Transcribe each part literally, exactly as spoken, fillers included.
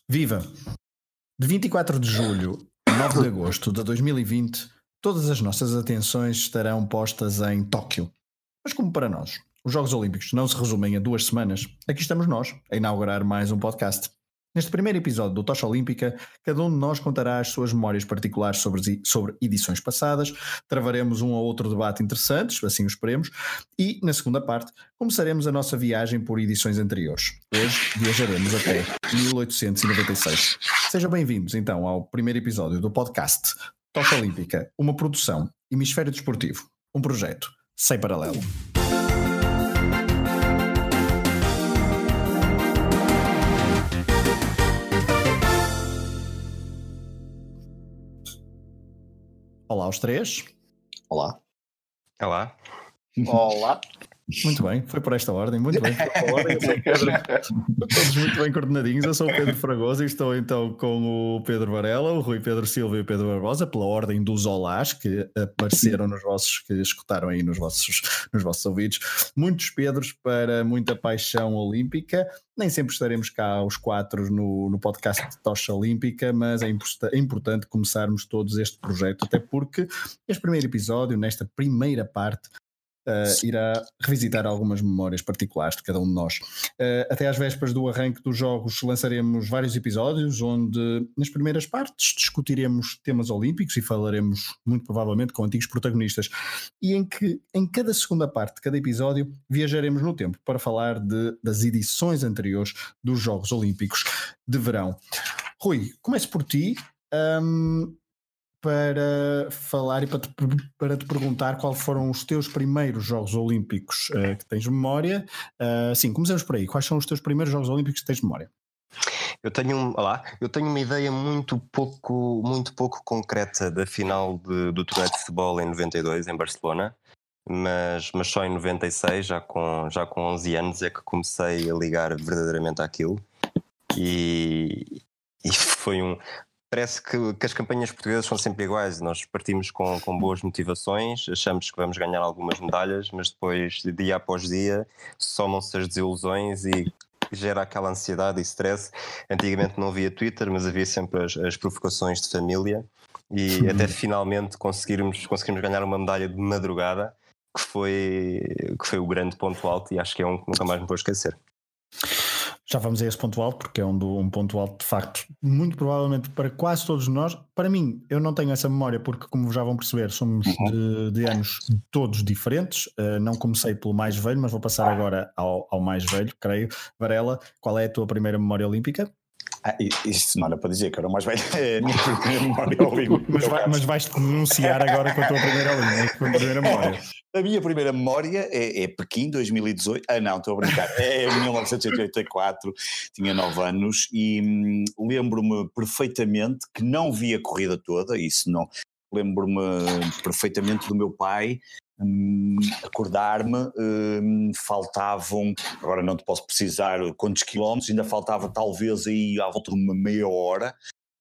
Viva! De vinte e quatro de julho a nove de agosto de dois mil e vinte, todas as nossas atenções estarão postas em Tóquio. Mas como para nós, os Jogos Olímpicos não se resumem a duas semanas, aqui estamos nós, a inaugurar mais um podcast. Neste primeiro episódio do Tocha Olímpica, cada um de nós contará as suas memórias particulares sobre, sobre edições passadas, travaremos um ou outro debate interessante, assim o esperemos, e, na segunda parte, começaremos a nossa viagem por edições anteriores. Hoje viajaremos até mil oitocentos e noventa e seis. Sejam bem-vindos, então, ao primeiro episódio do podcast Tocha Olímpica, uma produção Hemisfério Desportivo, um projeto sem paralelo. Olá aos três. Olá. Olá. Olá. Muito bem, foi por esta ordem, muito bem. Ordem. Eu sou o Pedro, todos muito bem coordenadinhos. Eu sou o Pedro Fragoso e estou então com o Pedro Varela, o Rui Pedro Silva e o Pedro Barbosa, pela ordem dos olás que apareceram nos vossos, que escutaram aí nos vossos, nos vossos ouvidos. Muitos Pedros para muita paixão olímpica. Nem sempre estaremos cá os quatro no, no podcast de Tocha Olímpica, mas é, import- é importante começarmos todos este projeto, até porque este primeiro episódio, nesta primeira parte, Uh, irá revisitar algumas memórias particulares de cada um de nós. Uh, até às vésperas do arranque dos jogos lançaremos vários episódios onde nas primeiras partes discutiremos temas olímpicos e falaremos muito provavelmente com antigos protagonistas, e em que em cada segunda parte de cada episódio viajaremos no tempo para falar de, das edições anteriores dos Jogos Olímpicos de Verão. Rui, começo por ti. Um, para falar e para te, para te perguntar qual foram os teus primeiros Jogos Olímpicos uh, que tens memória. Uh, sim, começamos por aí. Quais são os teus primeiros Jogos Olímpicos que tens memória? Eu tenho, um, olá, eu tenho uma ideia muito pouco, muito pouco concreta da final de, do torneio de futebol em noventa e dois, em Barcelona, mas, mas só em noventa e seis, já com, já com onze anos, é que comecei a ligar verdadeiramente àquilo. E, e foi um... Parece que, que as campanhas portuguesas são sempre iguais. Nós partimos com, com boas motivações, achamos que vamos ganhar algumas medalhas, mas depois, dia após dia, somam-se as desilusões e gera aquela ansiedade e stress. Antigamente não havia Twitter, mas havia sempre as, as provocações de família, e até finalmente conseguirmos, conseguirmos ganhar uma medalha de madrugada, que foi, que foi o grande ponto alto, e acho que é um que nunca mais me vou esquecer. Já vamos a esse ponto alto, porque é um, do, um ponto alto de facto, muito provavelmente para quase todos nós. Para mim, eu não tenho essa memória, porque, como já vão perceber, somos de, de anos todos diferentes. Uh, não comecei pelo mais velho, mas vou passar agora ao, ao mais velho, creio. Varela, qual é a tua primeira memória olímpica? Ah, isso não era para dizer que era o mais velho. É a minha primeira memória olímpica. Mas, vai, mas vais-te denunciar agora com a tua primeira olímpica, com a primeira memória. A minha primeira memória é, é Pequim, dois mil e dezoito. Ah, não, estou a brincar. É mil novecentos e oitenta e quatro, tinha nove anos e hum, lembro-me perfeitamente que não vi a corrida toda, isso não. Lembro-me perfeitamente do meu pai hum, acordar-me, hum, faltavam, agora não te posso precisar quantos quilómetros, ainda faltava talvez aí à volta de uma meia hora.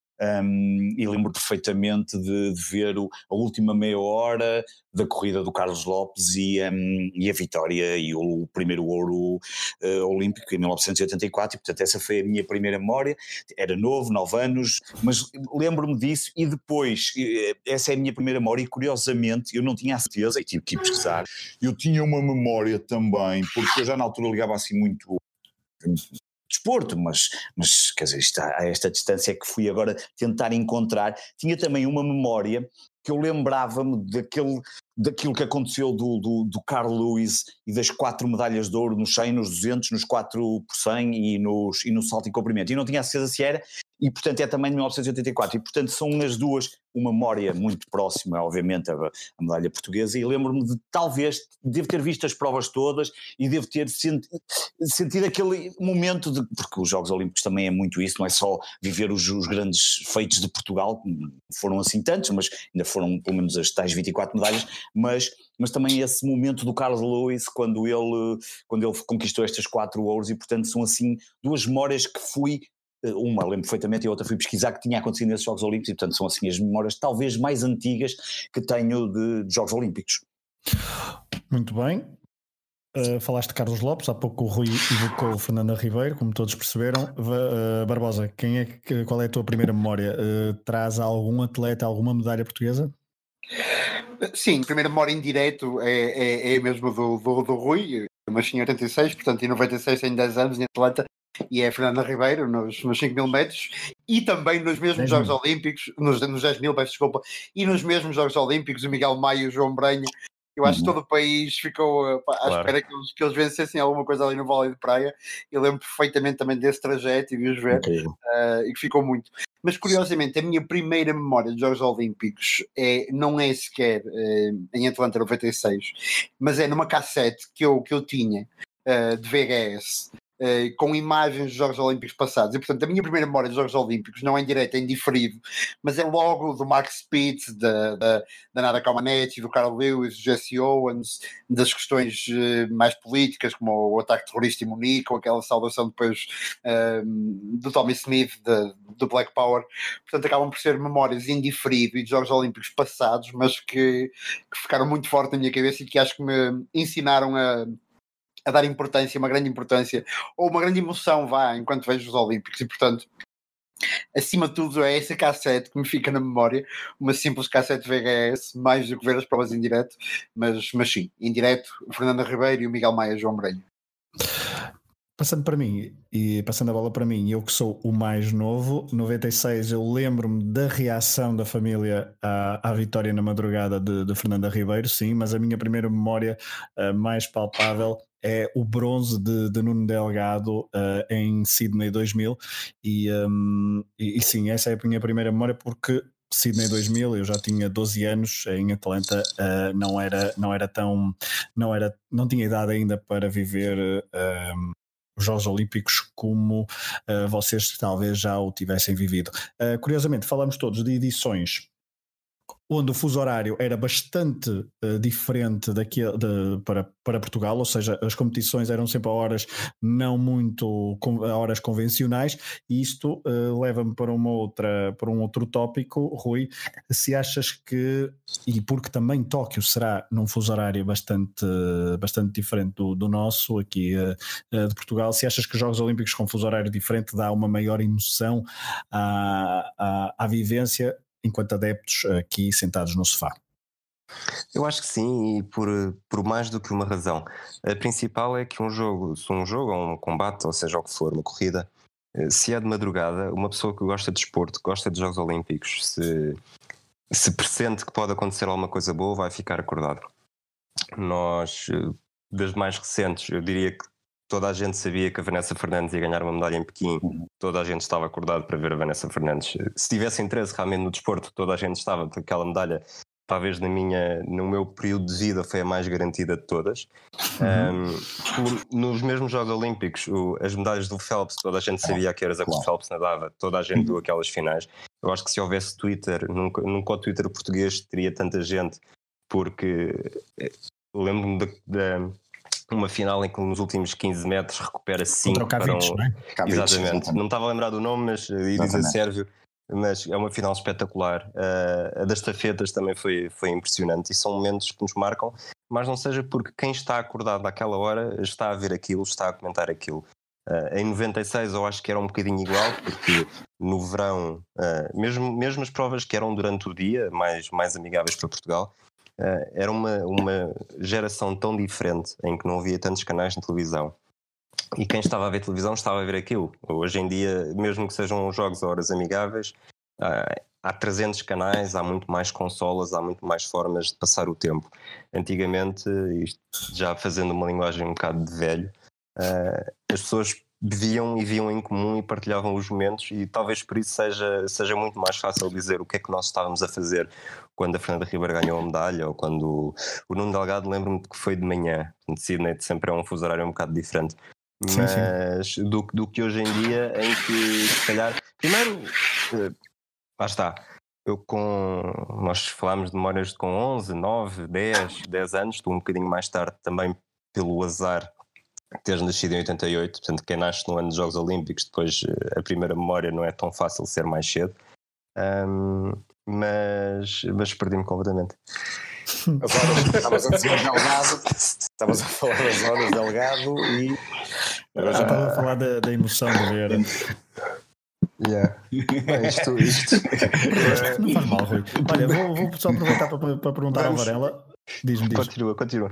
Um, e lembro perfeitamente de, de ver o, a última meia hora da corrida do Carlos Lopes e, um, e a vitória e o, o primeiro ouro uh, olímpico em mil novecentos e oitenta e quatro, e portanto essa foi a minha primeira memória. Era novo, nove anos, mas lembro-me disso. E depois, essa é a minha primeira memória, e curiosamente eu não tinha a certeza, e tive que ir pesquisar, eu tinha uma memória também, porque eu já na altura ligava assim muito desporto, mas, mas quer dizer, está a esta distância que fui agora tentar encontrar. Tinha também uma memória que eu lembrava-me daquele, daquilo que aconteceu do, do, do Carl Lewis e das quatro medalhas de ouro nos cem, nos duzentos, nos quatro por cem e, nos, e no salto em comprimento. E não tinha a certeza se era, e portanto é também de mil novecentos e oitenta e quatro, e portanto são as duas uma memória muito próxima, obviamente, a, a medalha portuguesa, e lembro-me de talvez, devo ter visto as provas todas e devo ter senti, sentido aquele momento de, porque os Jogos Olímpicos também é muito isso, não é só viver os, os grandes feitos de Portugal, foram assim tantos, mas ainda foram pelo menos as tais vinte e quatro medalhas, mas, mas também esse momento do Carlos Lewis, quando ele, quando ele conquistou estas quatro ouros, e portanto são assim duas memórias que fui, uma lembro perfeitamente e a outra fui pesquisar, que tinha acontecido nesses Jogos Olímpicos, e portanto são assim as memórias talvez mais antigas que tenho de, de Jogos Olímpicos. Muito bem. Uh, falaste de Carlos Lopes, há pouco o Rui evocou o Fernando Ribeiro, como todos perceberam. Uh, Barbosa, quem é que, qual é a tua primeira memória? Uh, traz algum atleta, alguma medalha portuguesa? Sim, primeira memória em direto é, é, é mesmo do, do, do Rui, mas em oitenta e seis, portanto em noventa e seis tem dez anos em Atlanta, e é Fernando Ribeiro nos, nos cinco mil metros e também nos mesmos Jogos Olímpicos, nos, nos dez mil, peço desculpa, e nos mesmos Jogos Olímpicos, o Miguel Maia e o João Brenho. Eu acho que todo o país ficou pá, à claro. espera que eles, que eles vencessem alguma coisa ali no vôlei de praia. Eu lembro perfeitamente também desse trajeto e de os ver, okay. uh, e que ficou muito. Mas curiosamente, a minha primeira memória dos Jogos Olímpicos é, não é sequer uh, em Atlanta noventa e seis, mas é numa cassete que eu, que eu tinha uh, de V H S. Uh, com imagens dos Jogos Olímpicos passados, e portanto a minha primeira memória dos Jogos Olímpicos não é em direto, é em diferido, mas é logo do Mark Spitz, da, da, da Nada Comaneci, do Carl Lewis, do Jesse Owens, das questões uh, mais políticas, como o ataque terrorista em Munique, ou aquela saudação depois uh, do Tommy Smith, de, do Black Power. Portanto acabam por ser memórias em diferido e de Jogos Olímpicos passados, mas que, que ficaram muito forte na minha cabeça e que acho que me ensinaram a a dar importância, uma grande importância, ou uma grande emoção, vá, enquanto vejo os Olímpicos, e portanto, acima de tudo é essa cassete que me fica na memória, uma simples cassete V H S, mais do que ver as provas em direto, mas, mas sim, em direto, o Fernando Ribeiro e o Miguel Maia João Brenho. Passando para mim, e passando a bola para mim, eu que sou o mais novo, noventa e seis, eu lembro-me da reação da família à, à vitória na madrugada de, de Fernanda Ribeiro, sim, mas a minha primeira memória uh, mais palpável é o bronze de, de Nuno Delgado uh, em Sydney dois mil, e, um, e, e sim, essa é a minha primeira memória, porque Sydney dois mil, eu já tinha doze anos, em Atlanta, uh, não era, não era tão, não era, não tinha idade ainda para viver uh, os Jogos Olímpicos como uh, vocês talvez já o tivessem vivido. Uh, curiosamente, falamos todos de edições onde o fuso horário era bastante uh, diferente daquele, de, para, para Portugal, ou seja, as competições eram sempre a horas não muito com, a horas convencionais, e isto uh, leva-me para uma outra, para um outro tópico, Rui, se achas que, e porque também Tóquio será num fuso horário bastante, bastante diferente do, do nosso aqui uh, uh, de Portugal, se achas que os Jogos Olímpicos com fuso horário diferente dá uma maior emoção à, à, à vivência enquanto adeptos aqui sentados no sofá? Eu acho que sim, e por, por mais do que uma razão. A principal é que um jogo, se um jogo ou um combate, ou seja o que for, uma corrida, se é de madrugada, uma pessoa que gosta de desporto, gosta de Jogos Olímpicos, se, se pressente que pode acontecer alguma coisa boa, vai ficar acordado. Nós, das mais recentes, eu diria que toda a gente sabia que a Vanessa Fernandes ia ganhar uma medalha em Pequim, toda a gente estava acordado para ver a Vanessa Fernandes. Se tivesse interesse realmente no desporto, toda a gente estava, porque aquela medalha, talvez na minha, no meu período de vida, foi a mais garantida de todas. Uhum. Um, nos mesmos Jogos Olímpicos, o, as medalhas do Phelps, toda a gente sabia que eras a que o Phelps nadava, toda a gente viu aquelas finais. Eu acho que se houvesse Twitter, nunca, nunca o Twitter português teria tanta gente, porque lembro-me da uma final em que nos últimos quinze metros recupera cinco para um... não é? Exatamente. Exatamente, não estava a lembrar do nome, mas ia dizer Sérvio, mas é uma final espetacular. Uh, a das estafetas também foi, foi impressionante, e são momentos que nos marcam, mas não seja porque quem está acordado naquela hora está a ver aquilo, está a comentar aquilo. Uh, em noventa e seis eu acho que era um bocadinho igual, porque no verão, uh, mesmo, mesmo as provas que eram durante o dia, mais, mais amigáveis para Portugal, Uh, era uma, uma geração tão diferente, em que não havia tantos canais de televisão, e quem estava a ver televisão estava a ver aquilo. Hoje em dia, mesmo que sejam jogos a horas amigáveis, uh, há trezentos canais, há muito mais consolas, há muito mais formas de passar o tempo. Antigamente, isto já fazendo uma linguagem um bocado de velho, uh, as pessoas bebiam e viam em comum e partilhavam os momentos, e talvez por isso seja, seja muito mais fácil dizer o que é que nós estávamos a fazer quando a Fernanda Ribeiro ganhou a medalha, ou quando o Nuno Delgado, lembro-me que foi de manhã. De Sydney sempre é um fuso horário um bocado diferente, mas sim, sim. Do, do que hoje em dia, em que se calhar primeiro, lá está, eu com nós falámos de memórias com onze, nove, dez, dez anos, tu um bocadinho mais tarde também pelo azar teres nascido em oitenta e oito, portanto quem nasce no ano dos Jogos Olímpicos, depois a primeira memória não é tão fácil ser mais cedo, um, mas, mas perdi-me completamente. As horas, estavas a dizer Delgado, estavas a falar das horas Delgado e. Eu já estava a falar da, da emoção de ver. Yeah. Bem, isto, isto... Não faz mal, Rui. Olha, vou, vou só aproveitar para, para perguntar Vamos. ao Varela. Diz-me, diz. Continua, continua.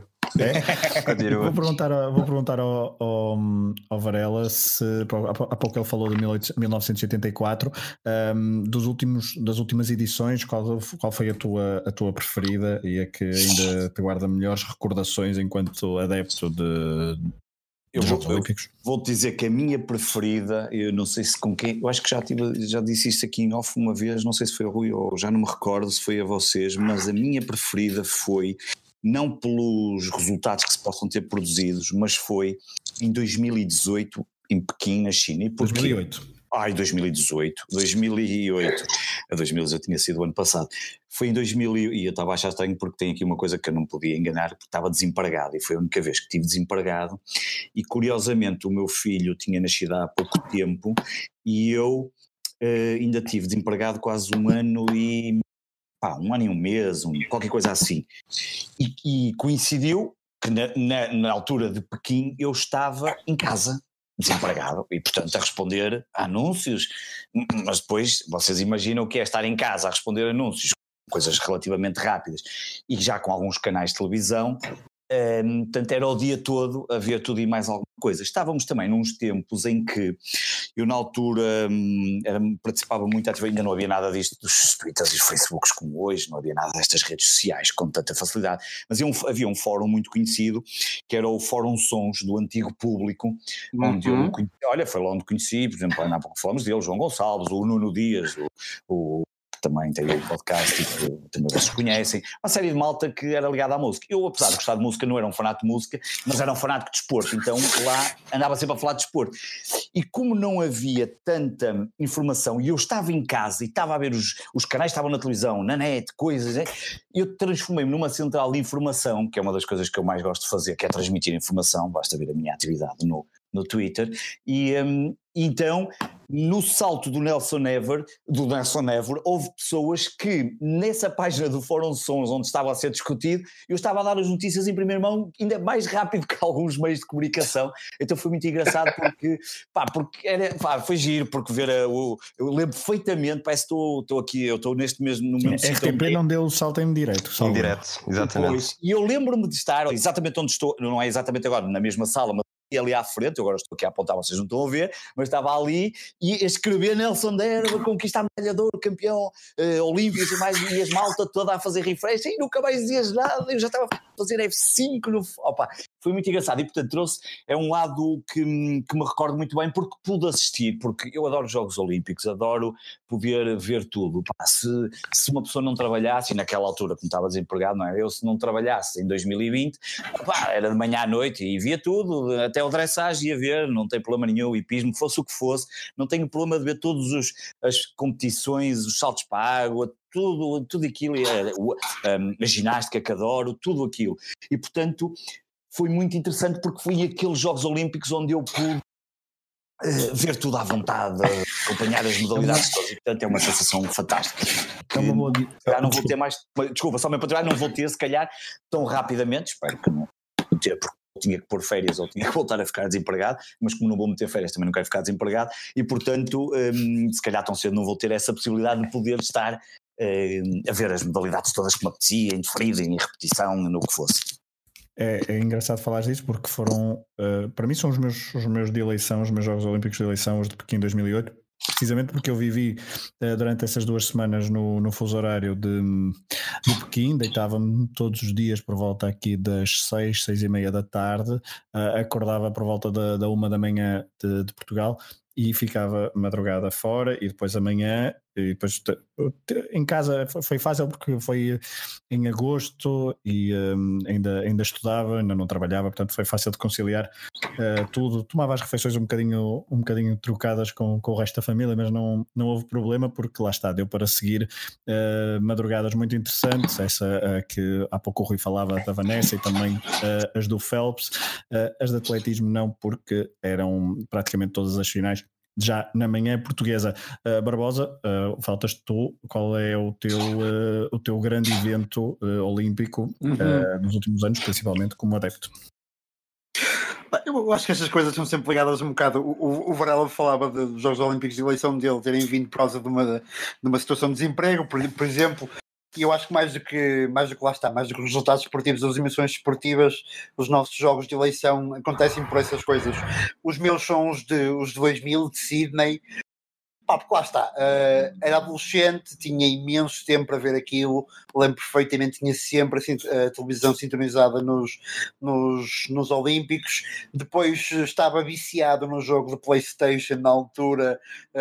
É? Continua. Vou perguntar, vou perguntar ao, ao, ao Varela se há pouco ele falou de mil novecentos e oitenta e quatro, um, dos últimos, das últimas edições, qual, qual foi a tua, a tua preferida e a que ainda te guarda melhores recordações enquanto adepto de. Eu vou, eu vou te dizer que a minha preferida, eu não sei se com quem, eu acho que já, tive, já disse isto aqui em off uma vez, não sei se foi a Rui ou já não me recordo se foi a vocês, mas a minha preferida foi, não pelos resultados que se possam ter produzidos, mas foi em dois mil e dezoito em Pequim, na China. E dois mil e oito. Ai, dois mil e dezoito, dois mil e oito, a dois mil já tinha sido o ano passado, foi em dois mil e eu estava a achar estranho porque tem aqui uma coisa que eu não podia enganar, porque estava desempregado e foi a única vez que estive desempregado e curiosamente o meu filho tinha nascido há pouco tempo e eu uh, ainda tive desempregado quase um ano e pá, um ano e um mês, um, qualquer coisa assim e, e coincidiu que na, na, na altura de Pequim eu estava em casa desempregado e portanto a responder a anúncios, mas depois vocês imaginam o que é estar em casa a responder a anúncios, coisas relativamente rápidas e já com alguns canais de televisão, um, portanto era o dia todo a ver tudo e mais alguma coisa. Estávamos também nos tempos em que eu na altura um, era, participava muito ativamente, ainda não havia nada disto dos Twitters e Facebooks como hoje, não havia nada destas redes sociais com tanta facilidade, mas havia um, havia um fórum muito conhecido que era o Fórum Sons do Antigo Público, uhum. onde eu conheci, olha, foi lá onde conheci, por exemplo, há pouco falamos dele, João Gonçalves, o Nuno Dias, o, o também tem um podcast e que também vocês conhecem, uma série de malta que era ligada à música. Eu, apesar de gostar de música, não era um fanático de música, mas era um fanático de desporto, então lá andava sempre a falar de desporto. E como não havia tanta informação, e eu estava em casa e estava a ver os, os canais, estavam na televisão, na net, coisas, né? Eu transformei-me numa central de informação, que é uma das coisas que eu mais gosto de fazer, que é transmitir informação, basta ver a minha atividade no, no Twitter, e um, então... No salto do Nelson Never, do Nelson Never, houve pessoas que nessa página do Fórum Sons onde estava a ser discutido, eu estava a dar as notícias em primeira mão ainda mais rápido que alguns meios de comunicação, então foi muito engraçado porque, pá, porque era, pá, foi giro, porque ver a, o, eu lembro perfeitamente, parece que estou, estou aqui, eu estou neste mesmo, no mesmo sítio. R T P não deu o salto em direto. Em direto, exatamente. Depois, e eu lembro-me de estar exatamente onde estou, não é exatamente agora, na mesma sala, mas ali à frente, eu agora estou aqui a apontar, vocês não estão a ver, mas estava ali e a escrever Nelson Derba, conquista a medalha de ouro, campeão uh, olímpico e mais, e as malta toda a fazer refresh e nunca mais dizias nada, eu já estava a fazer F cinco no... Opa, foi muito engraçado e portanto trouxe, é um lado que, que me recordo muito bem porque pude assistir, porque eu adoro Jogos Olímpicos, adoro poder ver tudo. Pá, se, se uma pessoa não trabalhasse, e naquela altura como estava desempregado, não é? Eu se não trabalhasse em dois mil e vinte, pá, era de manhã à noite e via tudo, até o dressage ia ver, não tem problema nenhum, o hipismo, fosse o que fosse, não tenho problema de ver todas as competições, os saltos para a água, tudo, tudo aquilo, a, a, a ginástica que adoro, tudo aquilo. E portanto foi muito interessante porque foi aqueles Jogos Olímpicos onde eu pude uh, ver tudo à vontade, acompanhar as modalidades todas, e portanto é uma sensação fantástica. É uma boa... Se calhar não vou ter mais, desculpa, só mesmo para tirar, não vou ter se calhar tão rapidamente, espero que não ter, porque tinha que pôr férias ou tinha que voltar a ficar desempregado, mas como não vou meter férias também não quero ficar desempregado e portanto um, se calhar tão cedo não vou ter essa possibilidade de poder estar um, a ver as modalidades todas que me apetecia, em deferido, em repetição, no que fosse. É, é engraçado falar disso porque foram, uh, para mim são os meus, os meus de eleição, os meus Jogos Olímpicos de eleição, os de Pequim dois mil e oito, precisamente porque eu vivi uh, durante essas duas semanas no, no fuso horário de, de Pequim, deitava-me todos os dias por volta aqui das seis, seis e meia da tarde, uh, acordava por volta da, da uma da manhã de, de Portugal e ficava madrugada fora e depois amanhã e depois em casa foi fácil porque foi em agosto e um, ainda, ainda estudava, ainda não trabalhava, portanto foi fácil de conciliar uh, tudo, tomava as refeições um bocadinho, um bocadinho trocadas com, com o resto da família, mas não, não houve problema porque lá está, deu para seguir uh, madrugadas muito interessantes, essa uh, que há pouco o Rui falava da Vanessa e também uh, as do Phelps, uh, as de atletismo não, porque eram praticamente todas as finais já na manhã portuguesa. Uh, Barbosa, uh, faltas tu, qual é o teu, uh, o teu grande evento uh, olímpico uhum. uh, nos últimos anos, principalmente como adepto? Eu acho que estas coisas são sempre ligadas um bocado. O, o, o Varela falava dos Jogos Olímpicos de eleição dele terem vindo por causa de uma, de uma situação de desemprego, por, por exemplo. E eu acho que mais do que, mais do que lá está, mais do que os resultados esportivos, as emissões esportivas, os nossos jogos de eleição acontecem por essas coisas. Os meus são os de, os de dois mil, de Sydney. Pá, porque lá está, uh, era adolescente, tinha imenso tempo para ver aquilo, lembro perfeitamente, tinha sempre a, a televisão sintonizada nos, nos, nos Olímpicos, depois estava viciado no jogo de PlayStation na altura,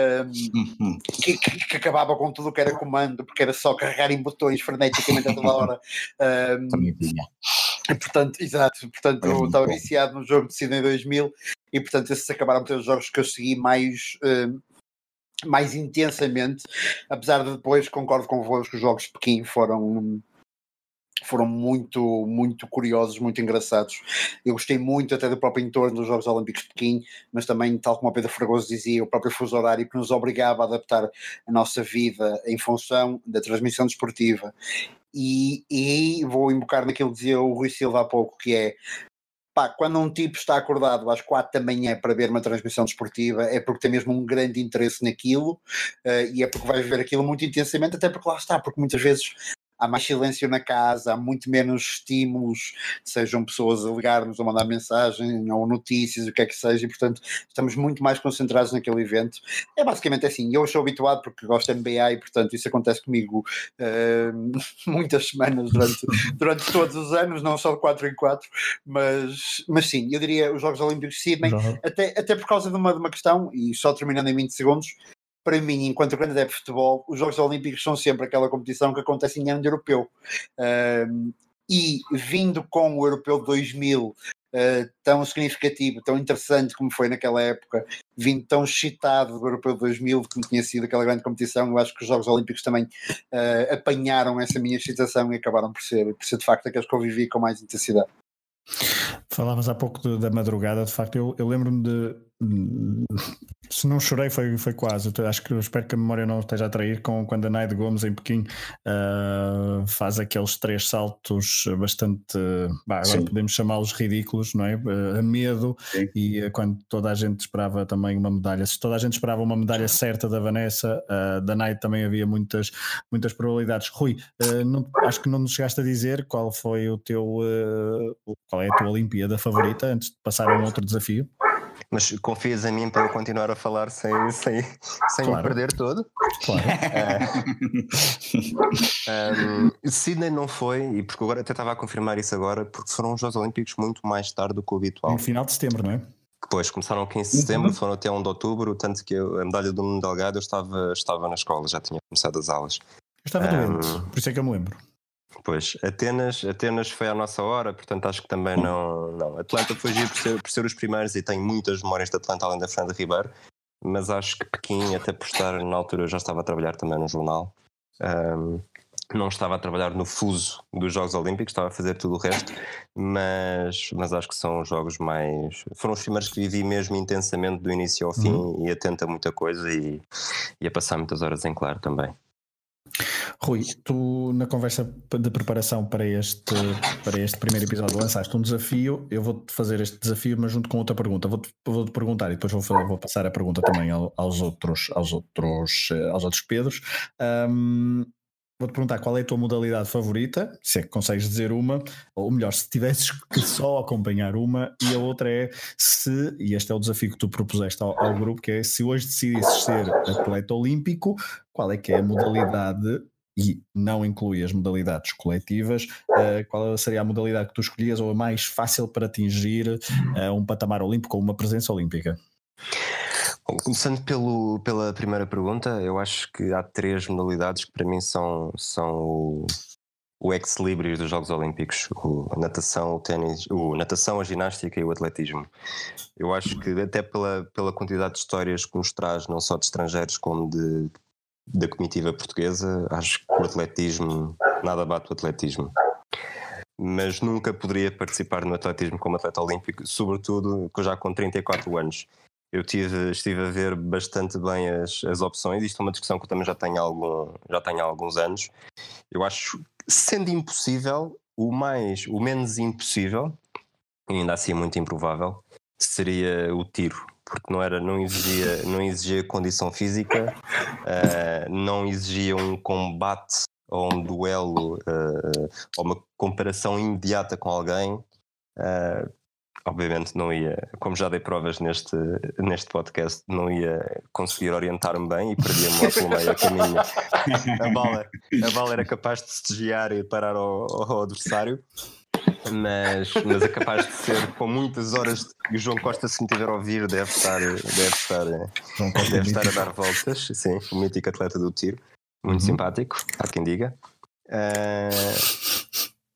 um, que, que, que acabava com tudo o que era comando, porque era só carregar em botões freneticamente a toda hora. Um, Também tinha. Portanto, exato, portanto eu estava viciado no jogo de Sydney dois mil e portanto esses acabaram por ter os jogos que eu segui mais... Um, mais intensamente, apesar de depois, concordo convosco, que os jogos de Pequim foram foram muito, muito curiosos, muito engraçados. Eu gostei muito até do próprio entorno dos Jogos Olímpicos de Pequim, mas também, tal como o Pedro Fragoso dizia, o próprio fuso horário que nos obrigava a adaptar a nossa vida em função da transmissão desportiva. E, e vou invocar naquilo que dizia o Rui Silva há pouco, que é pá, quando um tipo está acordado às quatro da manhã para ver uma transmissão desportiva é porque tem mesmo um grande interesse naquilo uh, e é porque vai ver aquilo muito intensamente, até porque lá está, porque muitas vezes há mais silêncio na casa, há muito menos estímulos, sejam pessoas a ligar-nos ou mandar mensagem ou notícias, o que é que seja, e portanto estamos muito mais concentrados naquele evento. É basicamente assim, eu sou habituado porque gosto de N B A e portanto isso acontece comigo uh, muitas semanas durante, durante todos os anos, não só de quatro em quatro, mas, mas sim, eu diria os Jogos Olímpicos de Sydney, uhum. até, até por causa de uma, de uma questão, e só terminando em vinte segundos, para mim, enquanto grande adepto de futebol, os Jogos Olímpicos são sempre aquela competição que acontece em ano de europeu. Um, e vindo com o Europeu de dois mil, uh, tão significativo, tão interessante como foi naquela época, vindo tão excitado do Europeu de dois mil, como tinha sido aquela grande competição, eu acho que os Jogos Olímpicos também uh, apanharam essa minha excitação e acabaram por ser, por ser de facto aqueles que eu vivi com mais intensidade. Falavas há pouco de, da madrugada, de facto eu, eu lembro-me de, se não chorei foi, foi quase, eu acho que eu espero que a memória não esteja a trair com quando a Naide Gomes em Pequim uh, faz aqueles três saltos bastante, bah, agora Sim. podemos chamá-los ridículos, não é? Uh, a medo. Sim. E uh, quando toda a gente esperava também uma medalha, se toda a gente esperava uma medalha certa da Vanessa, uh, da Naide também havia muitas, muitas probabilidades. Rui, uh, não, acho que não nos chegaste a dizer qual foi o teu uh, qual é a tua Olimpíada favorita antes de passar a um outro desafio. Mas confias em mim para eu continuar a falar sem, sem, sem claro. me perder todo? Claro. Uh, um, Sydney não foi, e porque agora até estava a confirmar isso agora, porque foram os Jogos Olímpicos muito mais tarde do que o habitual. No final de setembro, não é? Depois começaram a quinze de setembro, uhum. foram até um de outubro, tanto que eu, a medalha do Nuno Delgado eu estava, estava na escola, já tinha começado as aulas. Eu estava um, doente, por isso é que eu me lembro. Pois, Atenas, Atenas foi à nossa hora, portanto acho que também não. não. Atlanta foi giro por ser, por ser os primeiros e tenho muitas memórias de Atlanta além da Fernanda Ribeiro, mas acho que Pequim, até por estar na altura, eu já estava a trabalhar também no jornal, um, não estava a trabalhar no fuso dos Jogos Olímpicos, estava a fazer tudo o resto, mas, mas acho que são os jogos mais. Foram os primeiros que vivi mesmo intensamente do início ao fim uhum. e atento a muita coisa e, e a passar muitas horas em claro também. Rui, tu na conversa de preparação para este, para este primeiro episódio lançaste um desafio. Eu vou-te fazer este desafio, mas junto com outra pergunta. Vou-te, vou-te perguntar e depois vou, fazer, vou passar a pergunta também aos outros, aos outros, aos outros Pedros. Um, Vou-te perguntar qual é a tua modalidade favorita, se é que consegues dizer uma, ou melhor, se tivesses que só acompanhar uma, e a outra é se, e este é o desafio que tu propuseste ao, ao grupo, que é se hoje decidisses ser atleta olímpico, qual é que é a modalidade, e não inclui as modalidades coletivas, uh, qual seria a modalidade que tu escolhias ou a mais fácil para atingir uh, um patamar olímpico ou uma presença olímpica? Bom, começando pelo, pela primeira pergunta, eu acho que há três modalidades que para mim são, são o, o ex-libris dos Jogos Olímpicos: o, a natação, o ténis, o natação, a ginástica e o atletismo. Eu acho que até pela, pela quantidade de histórias que nos traz, não só de estrangeiros como de, da comitiva portuguesa, acho que o atletismo, nada bate o atletismo. Mas nunca poderia participar no atletismo como atleta olímpico, sobretudo já com trinta e quatro anos. eu tive, estive a ver bastante bem as, as opções. Isto é uma discussão que eu também já tenho, algum, já tenho há alguns anos. Eu acho, sendo impossível, o mais, o menos impossível, e ainda assim muito improvável, seria o tiro, porque não, era, não, exigia, não exigia condição física, uh, não exigia um combate ou um duelo, uh, ou uma comparação imediata com alguém. Uh, obviamente não ia, como já dei provas neste, neste podcast, não ia conseguir orientar-me bem e perdia-me lá pelo meio a caminho. A bala, a bala era capaz de se desviar e parar ao, ao adversário. Mas, mas é capaz de ser com muitas horas. E o João Costa, se me tiver a ouvir, deve estar, deve estar, deve estar a dar voltas. Sim, o mítico atleta do tiro, muito uhum. simpático, há quem diga. Uh,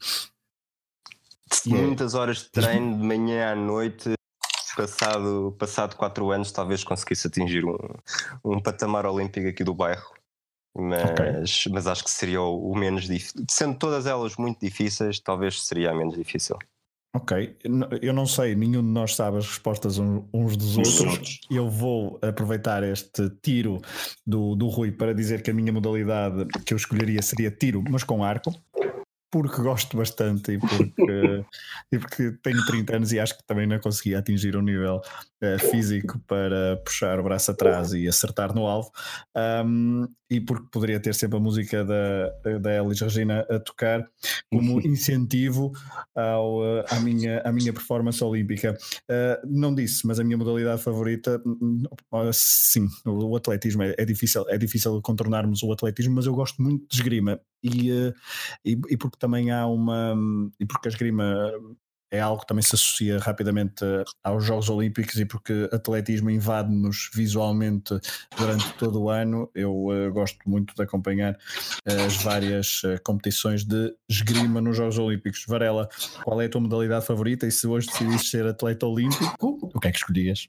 yeah. Muitas horas de treino, de manhã à noite. Passado, passado quatro anos, talvez conseguisse atingir um, um patamar olímpico aqui do bairro. Mas, okay. mas acho que seria o, o menos difícil. Sendo todas elas muito difíceis, talvez seria a menos difícil. Ok, eu não sei, nenhum de nós sabe as respostas uns dos outros. Eu vou aproveitar este tiro do, do Rui para dizer que a minha modalidade que eu escolheria seria tiro, mas com arco. Porque gosto bastante e porque, e porque tenho trinta anos e acho que também não conseguia atingir um nível uh, físico para puxar o braço atrás e acertar no alvo, um, e porque poderia ter sempre a música da, da Elis Regina a tocar como incentivo ao, uh, à, minha, à minha performance olímpica. Uh, não disse, mas a minha modalidade favorita, uh, sim, o, o atletismo. É, é, difícil, é difícil contornarmos o atletismo, mas eu gosto muito de esgrima. E, uh, e, e porque também há uma e porque a esgrima é algo que também se associa rapidamente aos Jogos Olímpicos e porque atletismo invade-nos visualmente durante todo o ano. Eu uh, gosto muito de acompanhar uh, as várias uh, competições de esgrima nos Jogos Olímpicos. Varela, qual é a tua modalidade favorita e se hoje decidisses ser atleta olímpico, o que é que escolhias?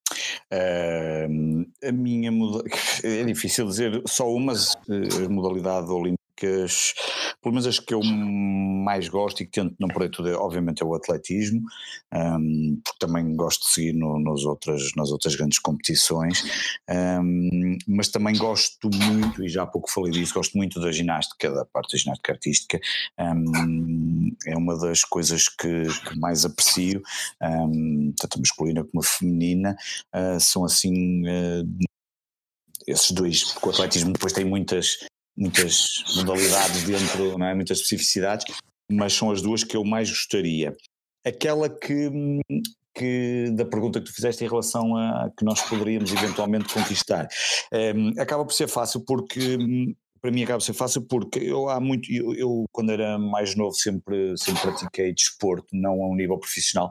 Uh, a minha modalidade, é difícil dizer só uma uh, modalidade olímpica. Pelo menos as que eu mais gosto e que tento não perder tudo, é, obviamente é o atletismo, um, porque também gosto de seguir no, nos outras, nas outras grandes competições, um, mas também gosto muito, e já há pouco falei disso, gosto muito da ginástica, da parte da ginástica artística. Um, é uma das coisas que, que mais aprecio, um, tanto a masculina como a feminina, uh, são assim uh, esses dois, porque o atletismo depois tem muitas muitas modalidades dentro, não é? Muitas especificidades, mas são as duas que eu mais gostaria. Aquela que, que da pergunta que tu fizeste em relação a que nós poderíamos eventualmente conquistar, um, acaba por ser fácil porque, para mim acaba por ser fácil porque eu há muito, eu, eu quando era mais novo sempre, sempre pratiquei desporto, não a um nível profissional,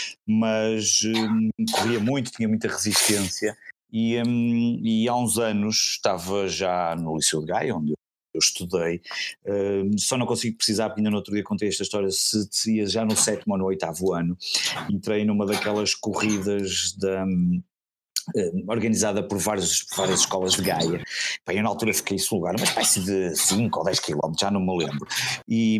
mas um, corria muito, tinha muita resistência. E, um, e há uns anos estava já no Liceu de Gaia, onde eu estudei, um, só não consigo precisar, porque ainda no outro dia contei esta história, se, se ia já no sétimo ou no oitavo ano, entrei numa daquelas corridas da... Um, organizada por várias, por várias escolas de Gaia. Bem, eu na altura fiquei em esse lugar, uma espécie de cinco ou dez quilómetros, já não me lembro. E,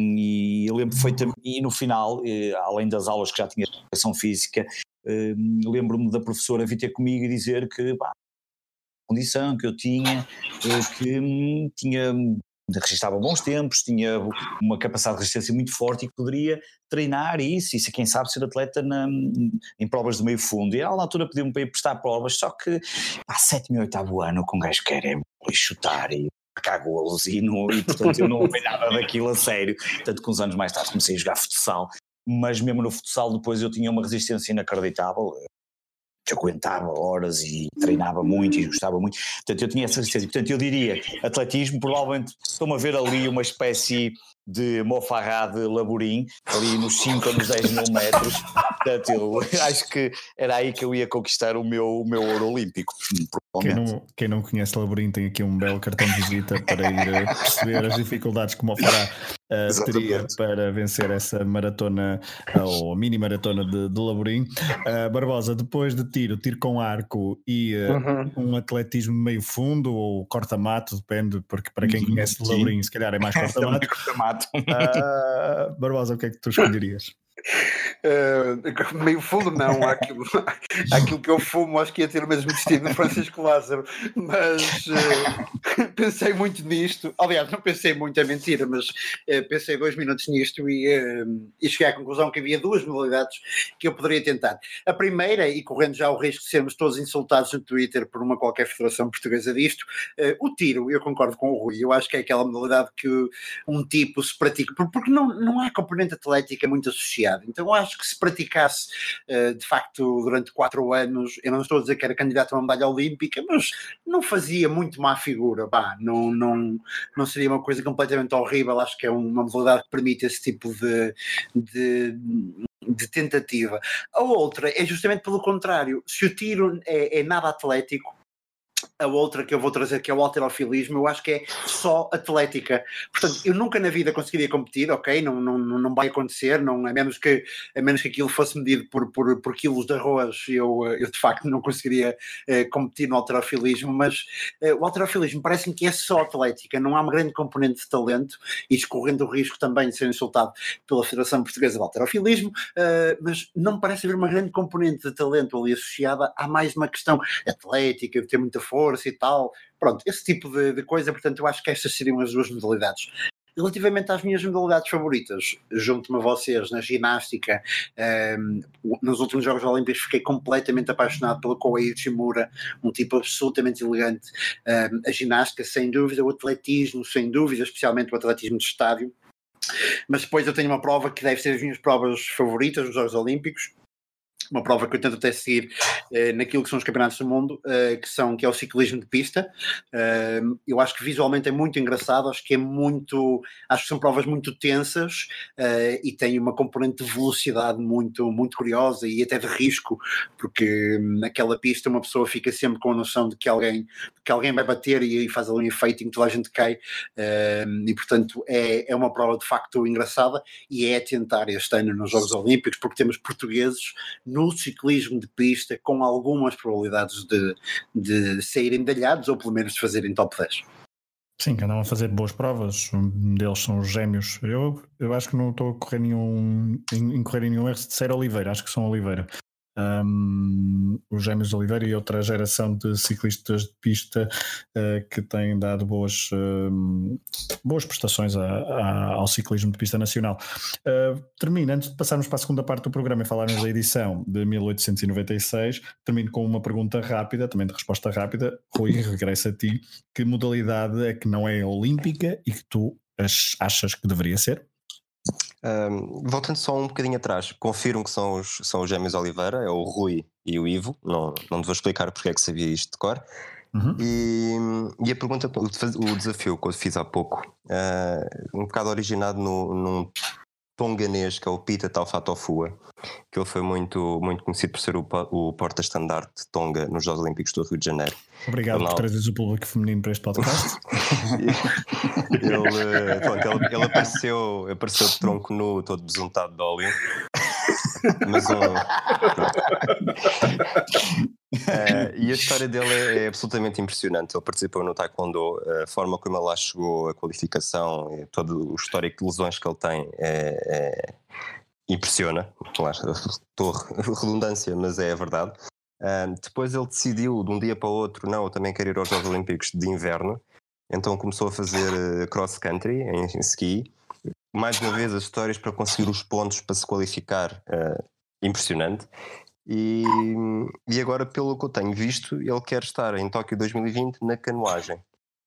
e eu lembro perfeitamente, e no final, além das aulas que já tinha de educação física, Uh, lembro-me da professora vir ter comigo e dizer que pá, a condição que eu tinha, uh, que hum, tinha, registrava bons tempos, tinha uma capacidade de resistência muito forte e que poderia treinar isso, e se quem sabe ser atleta na, em provas de meio fundo. E ela na altura pediu-me para ir prestar provas, só que há sétimo e oitavo ano com um gajo que quer é chutar e marcar golos e, não, e portanto eu não apanhava daquilo a sério, tanto que uns anos mais tarde comecei a jogar futsal. Mas mesmo no futsal depois eu tinha uma resistência inacreditável, que aguentava horas e treinava muito e gostava muito, portanto eu tinha essa resistência. Portanto eu diria, atletismo, provavelmente estou-me a ver ali uma espécie de Mofarrá de Laborim, ali nos cinco ou nos dez mil metros, portanto eu acho que era aí que eu ia conquistar o meu, o meu ouro olímpico. Quem não, quem não conhece Laborim tem aqui um belo cartão de visita para ir perceber as dificuldades que o Mofarrá uh, teria para vencer essa maratona, uh, ou mini maratona de, de Laborim. Uh, Barbosa, depois de tiro, tiro com arco e uh, uhum. um atletismo meio fundo ou corta-mato, depende, porque para quem conhece Laborim se calhar é mais corta-mato. Uh, Barbosa, o que é que tu escolherias? Uh, meio fundo não, aquilo, aquilo que eu fumo acho que ia ter o mesmo destino do Francisco Lázaro, mas uh, pensei muito nisto, aliás não pensei muito, é mentira, mas uh, pensei dois minutos nisto e, uh, e cheguei à conclusão que havia duas modalidades que eu poderia tentar. A primeira, e correndo já o risco de sermos todos insultados no Twitter por uma qualquer federação portuguesa disto, uh, o tiro, eu concordo com o Rui, eu acho que é aquela modalidade que um tipo se pratica, porque não, não há componente atlética muito associada, então eu acho que se praticasse uh, de facto durante quatro anos, eu não estou a dizer que era candidato a uma medalha olímpica, mas não fazia muito má figura, bah, não, não, não seria uma coisa completamente horrível, acho que é uma modalidade que permite esse tipo de, de, de tentativa. A outra é justamente pelo contrário, se o tiro é, é nada atlético, a outra que eu vou trazer, que é o halterofilismo, eu acho que é só atlética. Portanto, eu nunca na vida conseguiria competir, ok? Não, não, não vai acontecer, não, a, menos que, a menos que aquilo fosse medido por, por, por quilos de arroz, eu, eu de facto não conseguiria eh, competir no halterofilismo, mas eh, o halterofilismo parece-me que é só atlética, não há uma grande componente de talento, e escorrendo o risco também de ser insultado pela Federação Portuguesa de Halterofilismo, eh, mas não me parece haver uma grande componente de talento ali associada, há mais uma questão atlética, de ter muita força e tal, pronto, esse tipo de, de coisa, portanto eu acho que estas seriam as duas modalidades. Relativamente às minhas modalidades favoritas, junto-me a vocês na ginástica, um, nos últimos Jogos Olímpicos fiquei completamente apaixonado pelo Kohei Uchimura, um tipo absolutamente elegante, um, a ginástica sem dúvida, o atletismo sem dúvida, especialmente o atletismo de estádio, mas depois eu tenho uma prova que deve ser as minhas provas favoritas nos Jogos Olímpicos, uma prova que eu tento até seguir eh, naquilo que são os campeonatos do mundo, eh, que, são, que é o ciclismo de pista. Eh, eu acho que visualmente é muito engraçado, acho que é muito, acho que são provas muito tensas eh, e tem uma componente de velocidade muito, muito curiosa e até de risco, porque naquela pista uma pessoa fica sempre com a noção de que alguém, que alguém vai bater e, e faz ali um efeito em que toda a gente cai, eh, e portanto é, é uma prova de facto engraçada e é a tentar este ano nos Jogos Olímpicos, porque temos portugueses no ciclismo de pista com algumas probabilidades de, de saírem medalhados ou pelo menos de fazerem top dez. Sim, que andam a fazer boas provas, um deles são os gêmeos. Eu, eu acho que não estou a correr nenhum, em, em correr nenhum erro de ser Oliveira, acho que são Oliveira. Um, os gêmeos Oliveira e outra geração de ciclistas de pista uh, que têm dado boas, uh, boas prestações a, a, ao ciclismo de pista nacional. Uh, termino, antes de passarmos para a segunda parte do programa e falarmos da edição de mil oitocentos e noventa e seis, termino com uma pergunta rápida, também de resposta rápida. Rui, regresso a ti. Que modalidade é que não é olímpica e que tu achas que deveria ser? Um, voltando só um bocadinho atrás, confirmo que são os, são os gêmeos Oliveira, é o Rui e o Ivo, não, não te vou explicar porque é que sabia isto de cor. Uhum. E, e a pergunta, o desafio que eu fiz há pouco, uh, um bocado originado no, num tonganês que é o Pita Taufatofua, que ele foi muito, muito conhecido por ser o, o porta-estandarte de Tonga nos Jogos Olímpicos do Rio de Janeiro. Obrigado ele, por trazeres o público feminino para este podcast. ele, pronto, ele, ele apareceu, apareceu de tronco nu, todo besuntado de óleo. Mas um. Uh, e a história dele é, é absolutamente impressionante. Ele participou no Taekwondo, a forma como ele lá chegou, a qualificação, todo o histórico de lesões que ele tem é, é, impressiona. Claro, estou redundância, mas é a verdade. Uh, depois ele decidiu de um dia para o outro, não, eu também quero ir aos Jogos Olímpicos de inverno. Então começou a fazer cross country em, em ski. Mais uma vez as histórias para conseguir os pontos para se qualificar, uh, impressionante. E, e agora, pelo que eu tenho visto, ele quer estar em Tóquio dois mil e vinte na canoagem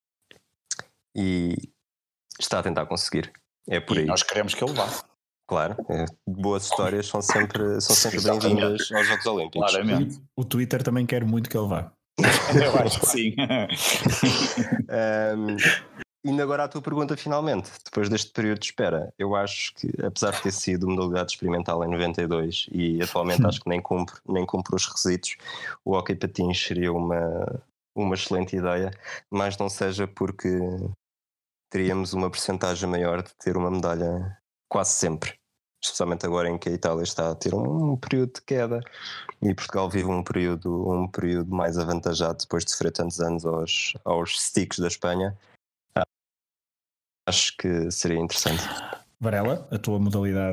e está a tentar conseguir. É por e aí. Nós queremos que ele vá. Claro, é, boas histórias são sempre, são sempre bem-vindas aos Jogos Olímpicos. Claramente. O Twitter também quer muito que ele vá. Eu acho que sim. um, Indo agora à tua pergunta finalmente, depois deste período de espera, eu acho que, apesar de ter sido modalidade experimental em noventa e dois e atualmente acho que nem cumpre, nem cumpre os requisitos, o hóquei patins seria uma, uma excelente ideia, mas não seja porque teríamos uma percentagem maior de ter uma medalha quase sempre, especialmente agora em que a Itália está a ter um período de queda e Portugal vive um período, um período mais avantajado depois de sofrer tantos anos aos, aos sticks da Espanha. Acho que seria interessante. Varela, a tua modalidade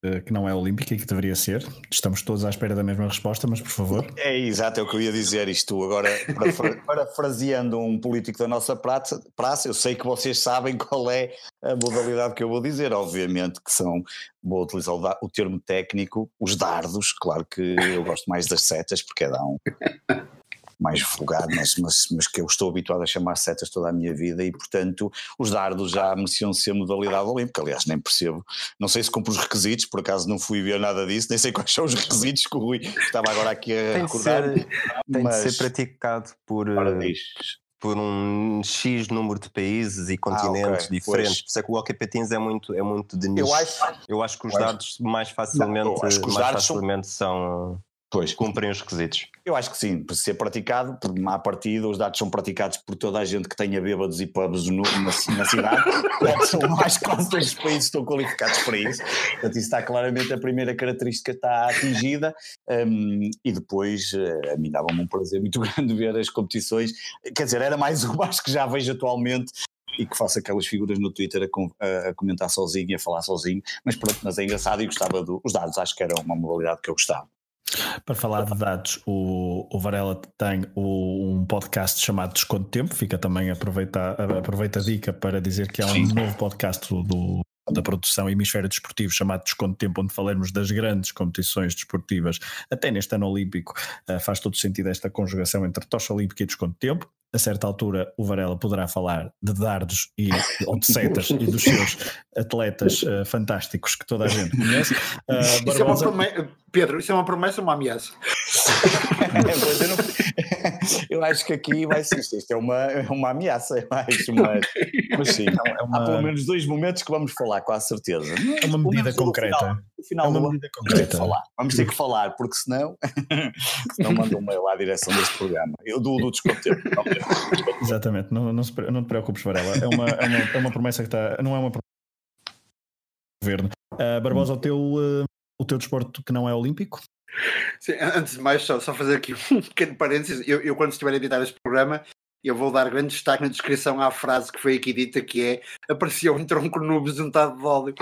que não é olímpica e que deveria ser. Estamos todos à espera da mesma resposta, mas por favor. É exato, é o que eu ia dizer isto. Agora, parafraseando um político da nossa praça, praça, eu sei que vocês sabem qual é a modalidade que eu vou dizer, obviamente que são, vou utilizar o, o termo técnico, os dardos. Claro que eu gosto mais das setas, porque é dá um mais vulgar, mas, mas, mas que eu estou habituado a chamar setas toda a minha vida e, portanto, os dardos já mereciam ser modalidade olímpica. Aliás, nem percebo, não sei se cumpre os requisitos, por acaso não fui ver nada disso, nem sei quais são os requisitos que o Rui estava agora aqui a tem recordar. De ser, tem mas... de ser praticado por, por um X número de países e continentes ah, okay. diferentes. Por isso é que o hockey patins é muito, é muito de nicho. Eu acho, eu acho que os dardos mais facilmente, não, mais facilmente são... são Pois. Cumprem os requisitos. Eu acho que sim, para ser praticado, à partida, os dados são praticados por toda a gente que tenha bêbados e pubs no, na, na cidade. São mais quase todos os países estão qualificados para isso. Portanto, isso está claramente a primeira característica está atingida. Um, e depois, a mim dava-me um prazer muito grande ver as competições. Quer dizer, era mais uma, acho que já vejo atualmente. E que faço aquelas figuras no Twitter a, com, a comentar sozinho e a falar sozinho. Mas pronto, mas é engraçado e gostava dos dados. Acho que era uma modalidade que eu gostava. Para falar de dados, o, o Varela tem o, um podcast chamado Desconto Tempo, fica também aproveita, aproveita a dica para dizer que há um Sim. novo podcast do, da produção Hemisfério Desportivo chamado Desconto Tempo, onde falaremos das grandes competições desportivas, até neste ano olímpico. Uh, faz todo sentido esta conjugação entre tocha olímpica e Desconto Tempo. A certa altura o Varela poderá falar de dardos e, ou de setas e dos seus atletas uh, fantásticos que toda a gente conhece. Uh, isso Barbosa... é uma promessa, Pedro, isso é uma promessa ou uma ameaça? eu, não... eu acho que aqui vai ser isto, é uma, é uma ameaça, é mais uma... mas sim, é uma... há pelo menos dois momentos que vamos falar, com a certeza. É uma medida concreta. No final, no final é uma medida concreta. Falar. Vamos ter que falar, porque senão, senão mando um mail à direção deste programa. Eu do, do Desconto Tempo. Exatamente, não, não, se, não te preocupes, Varela. É uma, é, uma, é uma promessa que está. Não é uma promessa do governo. Uh, Barbosa, o teu, uh, o teu desporto que não é olímpico? Sim, antes de mais, só, só fazer aqui um pequeno parênteses. Eu, eu, quando estiver a editar este programa, eu vou dar grande destaque na descrição à frase que foi aqui dita, que é: apareceu um tronco nu besuntado de óleo.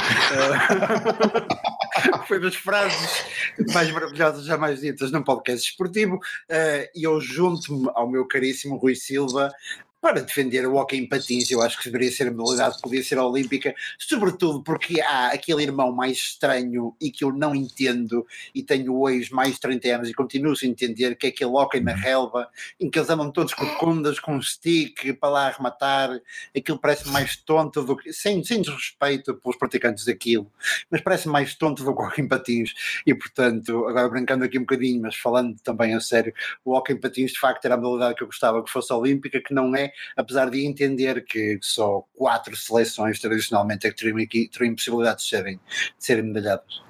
Uh, foi das frases mais maravilhosas jamais ditas num podcast esportivo. Uh, e eu junto-me ao meu caríssimo Rui Silva para defender o hóquei em patins. Eu acho que deveria ser a modalidade que podia ser a olímpica, sobretudo porque há aquele irmão mais estranho e que eu não entendo, e tenho hoje mais de trinta anos e continuo sem entender, que é aquele hóquei na relva, em que eles andam todos com cundas, com um stick para lá arrematar. Aquilo parece mais tonto do que, sem, sem desrespeito pelos praticantes daquilo, mas parece mais tonto do que o hóquei em patins. E portanto, agora brincando aqui um bocadinho, mas falando também a sério, o hóquei em patins de facto era a modalidade que eu gostava que fosse olímpica, que não é, apesar de entender que só quatro seleções tradicionalmente é que teriam, aqui, teriam possibilidade de serem, de serem medalhadas.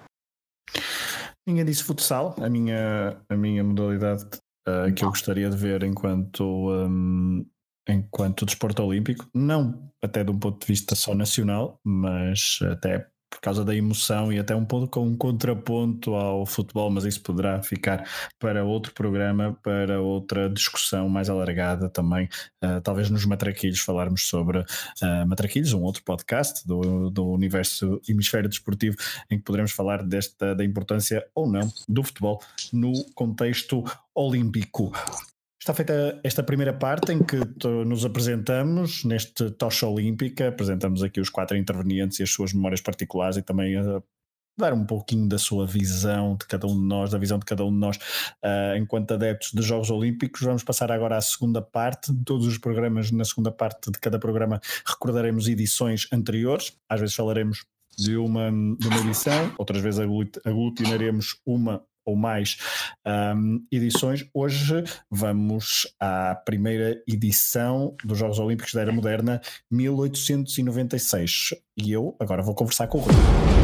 Ninguém disse futsal, a minha, a minha modalidade uh, que eu gostaria de ver enquanto, um, enquanto desporto olímpico, não até de um ponto de vista só nacional, mas até por causa da emoção e até um pouco com um contraponto ao futebol, mas isso poderá ficar para outro programa, para outra discussão mais alargada também, uh, talvez nos Matraquilhos falarmos sobre uh, Matraquilhos, um outro podcast do, do universo Hemisfério Desportivo, em que poderemos falar desta, da importância ou não do futebol no contexto olímpico. Está feita esta primeira parte em que nos apresentamos neste Tocha Olímpica, apresentamos aqui os quatro intervenientes e as suas memórias particulares e também a dar um pouquinho da sua visão de cada um de nós, da visão de cada um de nós uh, enquanto adeptos de Jogos Olímpicos. Vamos passar agora à segunda parte de todos os programas. Na segunda parte de cada programa recordaremos edições anteriores, às vezes falaremos de uma, de uma edição, outras vezes aglutinaremos uma ou mais um, edições. Hoje vamos à primeira edição dos Jogos Olímpicos da Era Moderna, mil oitocentos e noventa e seis, e eu agora vou conversar com o Rui.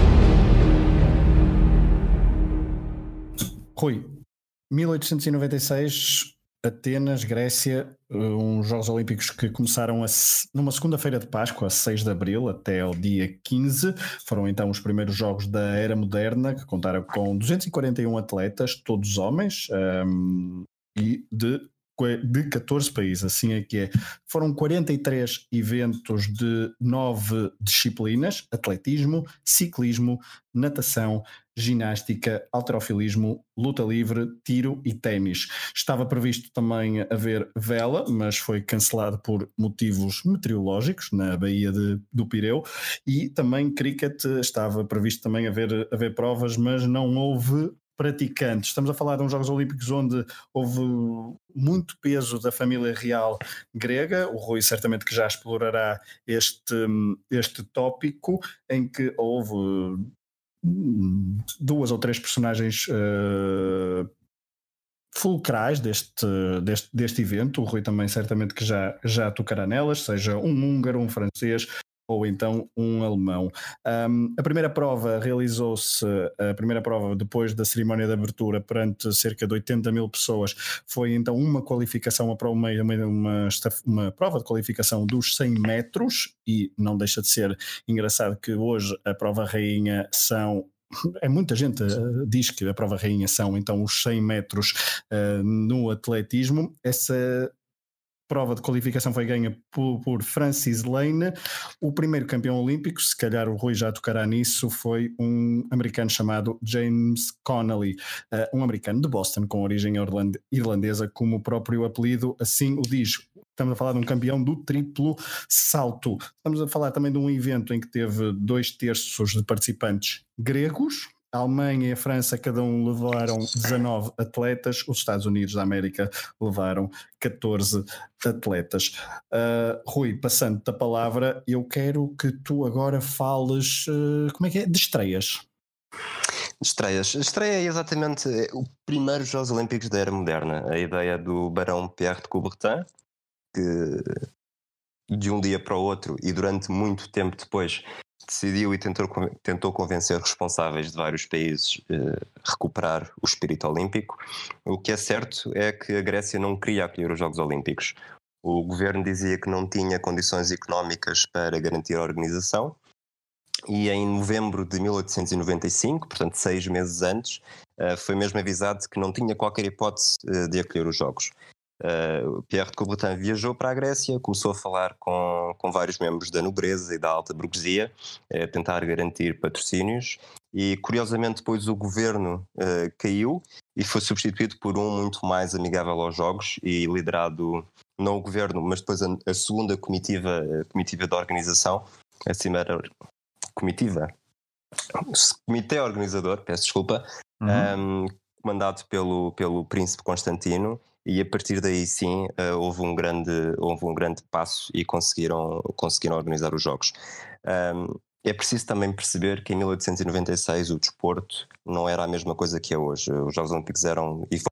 Rui, mil oitocentos e noventa e seis, Atenas, Grécia, uns Jogos Olímpicos que começaram a, numa segunda-feira de Páscoa, a seis de abril, até ao dia quinze. Foram então os primeiros Jogos da Era Moderna, que contaram com duzentos e quarenta e um atletas, todos homens, um, e de de catorze países, assim é que é. Foram quarenta e três eventos de nove disciplinas: atletismo, ciclismo, natação, ginástica, halterofilismo, luta livre, tiro e ténis. Estava previsto também haver vela, mas foi cancelado por motivos meteorológicos na Baía de, do Pireu, e também cricket, estava previsto também haver, haver provas, mas não houve praticantes. Estamos a falar de uns Jogos Olímpicos onde houve muito peso da família real grega. O Rui certamente que já explorará este, este tópico, em que houve duas ou três personagens uh, fulcrais deste, deste, deste evento. O Rui também certamente que já, já tocará nelas, seja um húngaro, um francês ou então um alemão. Um, a primeira prova realizou-se, a primeira prova depois da cerimónia de abertura perante cerca de oitenta mil pessoas, foi então uma qualificação, uma, uma, uma, uma prova de qualificação dos cem metros, e não deixa de ser engraçado que hoje a prova rainha são... É, muita gente uh, diz que a prova rainha são então os cem metros uh, no atletismo. Essa prova de qualificação foi ganha por, por Francis Lane. O primeiro campeão olímpico, se calhar o Rui já tocará nisso, foi um americano chamado James Connolly, uh, um americano de Boston com origem irlandesa, como o próprio apelido assim o diz. Estamos a falar de um campeão do triplo salto. Estamos a falar também de um evento em que teve dois terços de participantes gregos. A Alemanha e a França cada um levaram dezanove atletas, os Estados Unidos da América levaram catorze atletas. Uh, Rui, passando-te a palavra, eu quero que tu agora fales, uh, como é que é, de estreias. Estreias. A estreia é exatamente o primeiro Jogos Olímpicos da Era Moderna. A ideia do barão Pierre de Coubertin, que de um dia para o outro e durante muito tempo depois decidiu e tentou, tentou convencer responsáveis de vários países a recuperar o espírito olímpico. O que é certo é que a Grécia não queria acolher os Jogos Olímpicos. O governo dizia que não tinha condições económicas para garantir a organização, e em novembro de mil oitocentos e noventa e cinco, portanto seis meses antes, foi mesmo avisado que não tinha qualquer hipótese de acolher os Jogos. Uh, Pierre de Coubertin viajou para a Grécia, começou a falar com, com vários membros da nobreza e da alta burguesia, a tentar garantir patrocínios, e curiosamente depois o governo uh, caiu e foi substituído por um muito mais amigável aos Jogos e liderado, não o governo, mas depois a, a segunda comitiva, a comitiva da organização, a cimeira comitiva, comitê organizador, peço desculpa, uhum. um, comandado pelo, pelo príncipe Constantino. E a partir daí sim uh, houve, um grande, houve um grande passo e conseguiram, conseguiram organizar os Jogos. Um, é preciso também perceber que em mil oitocentos e noventa e seis o desporto não era a mesma coisa que é hoje. Os Jogos Olímpicos eram e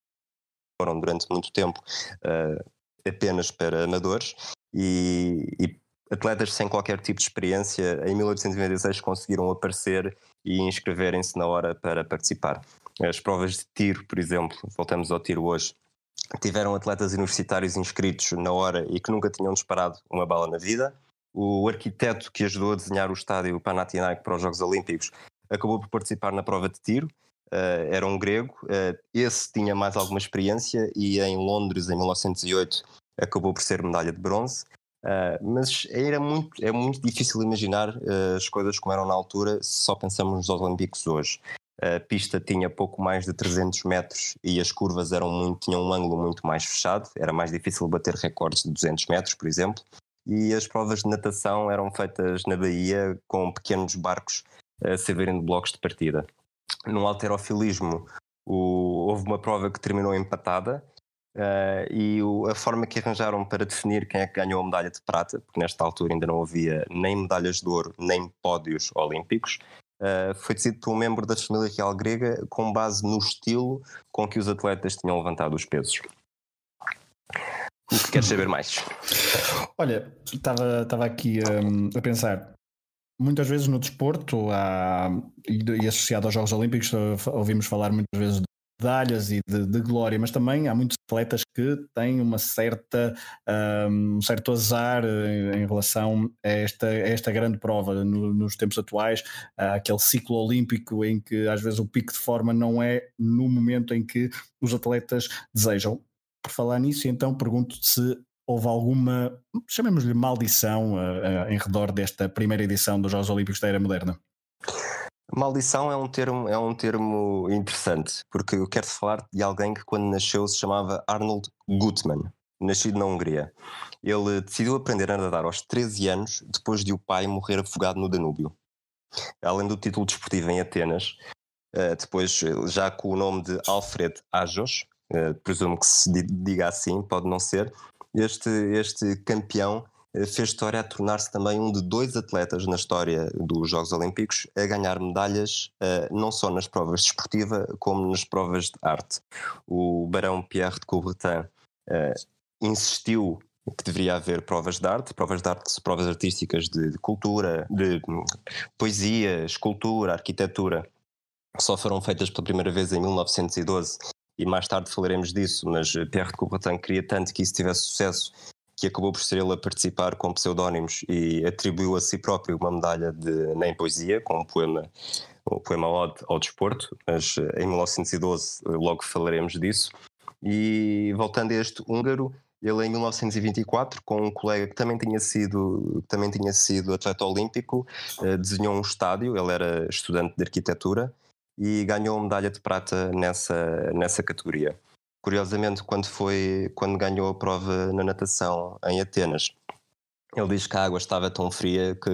foram durante muito tempo uh, apenas para amadores, e, e atletas sem qualquer tipo de experiência em mil oitocentos e noventa e seis conseguiram aparecer e inscreverem-se na hora para participar. As provas de tiro, por exemplo, voltamos ao tiro hoje, tiveram atletas universitários inscritos na hora e que nunca tinham disparado uma bala na vida. O arquiteto que ajudou a desenhar o estádio Panathinaiko para os Jogos Olímpicos acabou por participar na prova de tiro, uh, era um grego, uh, esse tinha mais alguma experiência e em Londres, em mil novecentos e oito, acabou por ser medalha de bronze. Uh, mas era muito, é muito difícil imaginar uh, as coisas como eram na altura se só pensamos nos Jogos Olímpicos hoje. A pista tinha pouco mais de trezentos metros e as curvas eram muito, tinham um ângulo muito mais fechado, era mais difícil bater recordes de duzentos metros, por exemplo, e as provas de natação eram feitas na baía com pequenos barcos a servirem de blocos de partida. No halterofilismo o, houve uma prova que terminou empatada, uh, e o, a forma que arranjaram para definir quem é que ganhou a medalha de prata, porque nesta altura ainda não havia nem medalhas de ouro nem pódios olímpicos, Uh, foi decidido por um membro da família real grega com base no estilo com que os atletas tinham levantado os pesos. O que queres saber mais? Olha, estava aqui um, a pensar, muitas vezes no desporto há, e, e associado aos Jogos Olímpicos ouvimos falar muitas vezes de medalhas e de, de glória, mas também há muitos atletas que têm uma certa, um, um certo azar em, em relação a esta, a esta grande prova. No, nos tempos atuais, há aquele ciclo olímpico em que às vezes o pico de forma não é no momento em que os atletas desejam. por falar nisso, então pergunto se houve alguma, chamemos-lhe maldição, uh, uh, em redor desta primeira edição dos Jogos Olímpicos da Era Moderna. Maldição é um termo, é um termo interessante, porque eu quero falar de alguém que quando nasceu se chamava Arnold Gutmann, nascido na Hungria. Ele decidiu aprender a nadar aos treze anos, depois de o pai morrer afogado no Danúbio. Além do título desportivo em Atenas, depois já com o nome de Alfred Ajos, presumo que se diga assim, pode não ser, este, este campeão fez história a tornar-se também um de dois atletas na história dos Jogos Olímpicos a ganhar medalhas não só nas provas desportivas como nas provas de arte. O barão Pierre de Coubertin insistiu que deveria haver provas de arte, provas de arte, provas artísticas de, de cultura, de poesia, escultura, arquitetura, só foram feitas pela primeira vez em mil novecentos e doze, e mais tarde falaremos disso, mas Pierre de Coubertin queria tanto que isso tivesse sucesso que acabou por ser ele a participar com pseudónimos e atribuiu a si próprio uma medalha de, nem poesia, com um poema, um poema ode ao desporto, mas em mil novecentos e doze logo falaremos disso. E voltando a este húngaro, ele em mil novecentos e vinte e quatro, com um colega que também tinha sido, também tinha sido atleta olímpico, desenhou um estádio, ele era estudante de arquitetura, e ganhou uma medalha de prata nessa, nessa categoria. Curiosamente, quando, foi, quando ganhou a prova na natação em Atenas, ele diz que a água estava tão fria que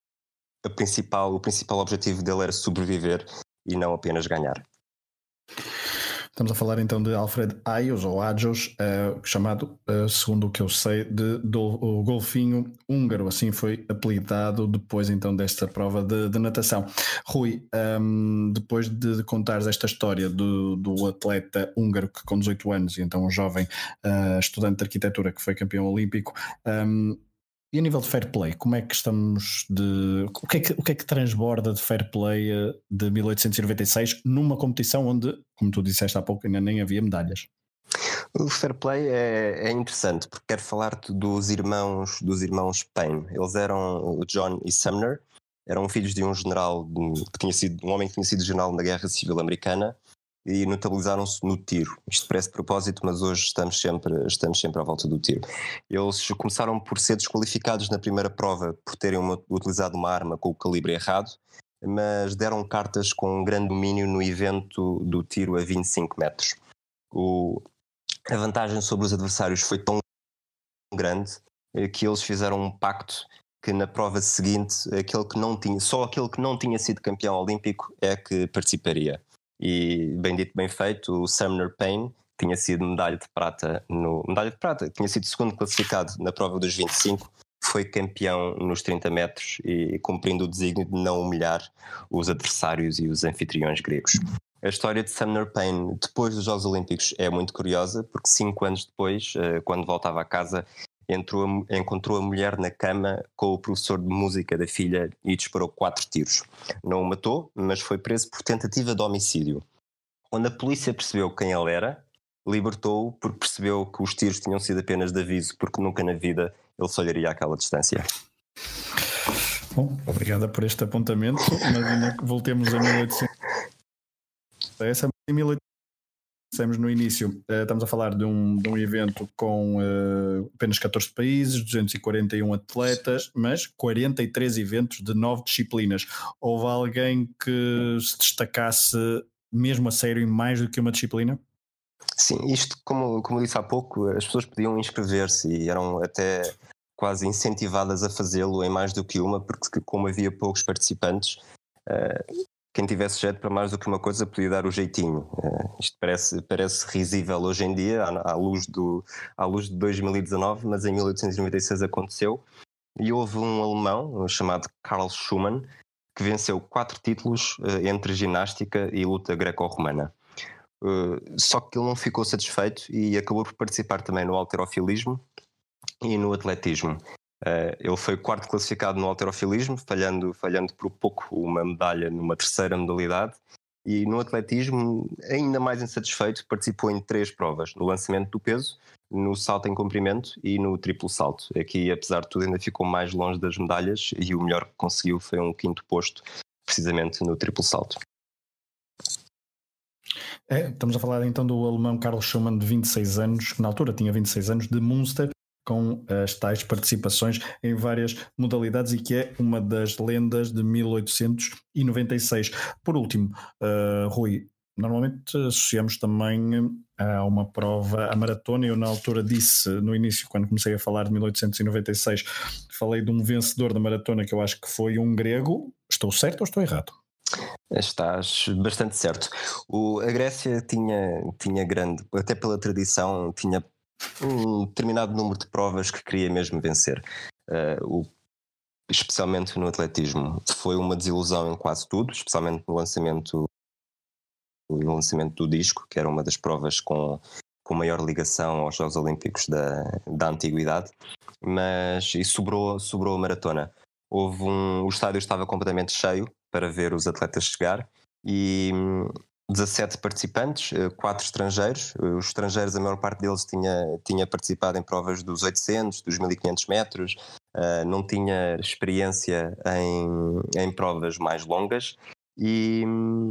a principal, o principal objetivo dele era sobreviver e não apenas ganhar. Estamos a falar então de Alfred Ajos, ou Ajos, uh, chamado, uh, segundo o que eu sei, de, do o golfinho húngaro, assim foi apelidado depois então desta prova de, de natação. Rui, um, depois de contares esta história do, do atleta húngaro que com dezoito anos, e então um jovem uh, estudante de arquitetura que foi campeão olímpico, um, e a nível de fair play, como é que estamos de... O que é que, o que, é que transborda de fair play de mil oitocentos e noventa e seis numa competição onde, como tu disseste há pouco, ainda nem havia medalhas? O fair play é, é interessante porque quero falar-te dos irmãos, dos irmãos Payne. Eles eram John e Sumner, eram filhos de um general, que tinha sido, um homem que tinha sido general na Guerra Civil Americana, e notabilizaram-se no tiro. Isto parece de propósito, mas hoje estamos sempre, estamos sempre à volta do tiro. Eles começaram por ser desqualificados na primeira prova por terem uma, utilizado uma arma com o calibre errado, mas deram cartas com um grande domínio no evento do tiro a vinte e cinco metros. O, a vantagem sobre os adversários foi tão grande que eles fizeram um pacto que na prova seguinte aquele que não tinha, só aquele que não tinha sido campeão olímpico é que participaria. E, bem dito, bem feito, o Sumner Payne tinha sido medalha de prata, no, medalha de prata, tinha sido segundo classificado na prova dos vinte e cinco, foi campeão nos trinta metros e cumprindo o desígnio de não humilhar os adversários e os anfitriões gregos. A história de Sumner Payne depois dos Jogos Olímpicos é muito curiosa, porque cinco anos depois, quando voltava a casa, entrou, encontrou a mulher na cama com o professor de música da filha e disparou quatro tiros. Não o matou, mas foi preso por tentativa de homicídio. Quando a polícia percebeu quem ele era, libertou-o porque percebeu que os tiros tinham sido apenas de aviso, porque nunca na vida ele se olharia àquela distância. Bom, obrigada por este apontamento, mas voltemos a mil e oitocentos. Essa em mil e oitocentos. Estamos no início, uh, estamos a falar de um, de um evento com uh, apenas catorze países, duzentos e quarenta e um atletas, mas quarenta e três eventos de nove disciplinas. Houve alguém que se destacasse mesmo a sério em mais do que uma disciplina? Sim, isto, como, como eu disse há pouco, as pessoas podiam inscrever-se e eram até quase incentivadas a fazê-lo em mais do que uma, porque como havia poucos participantes, uh, quem tivesse jeito para mais do que uma coisa podia dar o jeitinho. Uh, isto parece, parece risível hoje em dia, à, à, luz do, à luz de dois mil e dezanove, mas em mil oitocentos e noventa e seis aconteceu, e houve um alemão chamado Karl Schumann que venceu quatro títulos uh, entre ginástica e luta greco-romana. Uh, só que ele não ficou satisfeito e acabou por participar também no halterofilismo e no atletismo. Uh, ele foi quarto classificado no halterofilismo, falhando, falhando por pouco uma medalha numa terceira modalidade, e no atletismo, ainda mais insatisfeito, participou em três provas: no lançamento do peso, no salto em comprimento e no triplo salto. Aqui, apesar de tudo, ainda ficou mais longe das medalhas e o melhor que conseguiu foi um quinto posto, precisamente no triplo salto. É, estamos a falar então do alemão Carlos Schumann, de vinte e seis anos, que na altura tinha vinte e seis anos, de Münster, com as tais participações em várias modalidades e que é uma das lendas de mil oitocentos e noventa e seis. Por último, uh, Rui, normalmente associamos também a uma prova, a maratona. Eu na altura disse, no início, quando comecei a falar de mil oitocentos e noventa e seis, falei de um vencedor da maratona que eu acho que foi um grego. Estou certo ou estou errado? Estás bastante certo. O, a Grécia tinha, tinha grande, até pela tradição, tinha um determinado número de provas que queria mesmo vencer. Uh, o, especialmente no atletismo. Foi uma desilusão em quase tudo, especialmente no lançamento, no lançamento do disco, que era uma das provas com, com maior ligação aos Jogos Olímpicos da, da Antiguidade. Mas e sobrou, sobrou a maratona. Houve um, o estádio estava completamente cheio para ver os atletas chegar e dezassete participantes, quatro estrangeiros. Os estrangeiros, a maior parte deles tinha, tinha participado em provas dos oitocentos, dos mil e quinhentos metros, uh, não tinha experiência em, em provas mais longas e,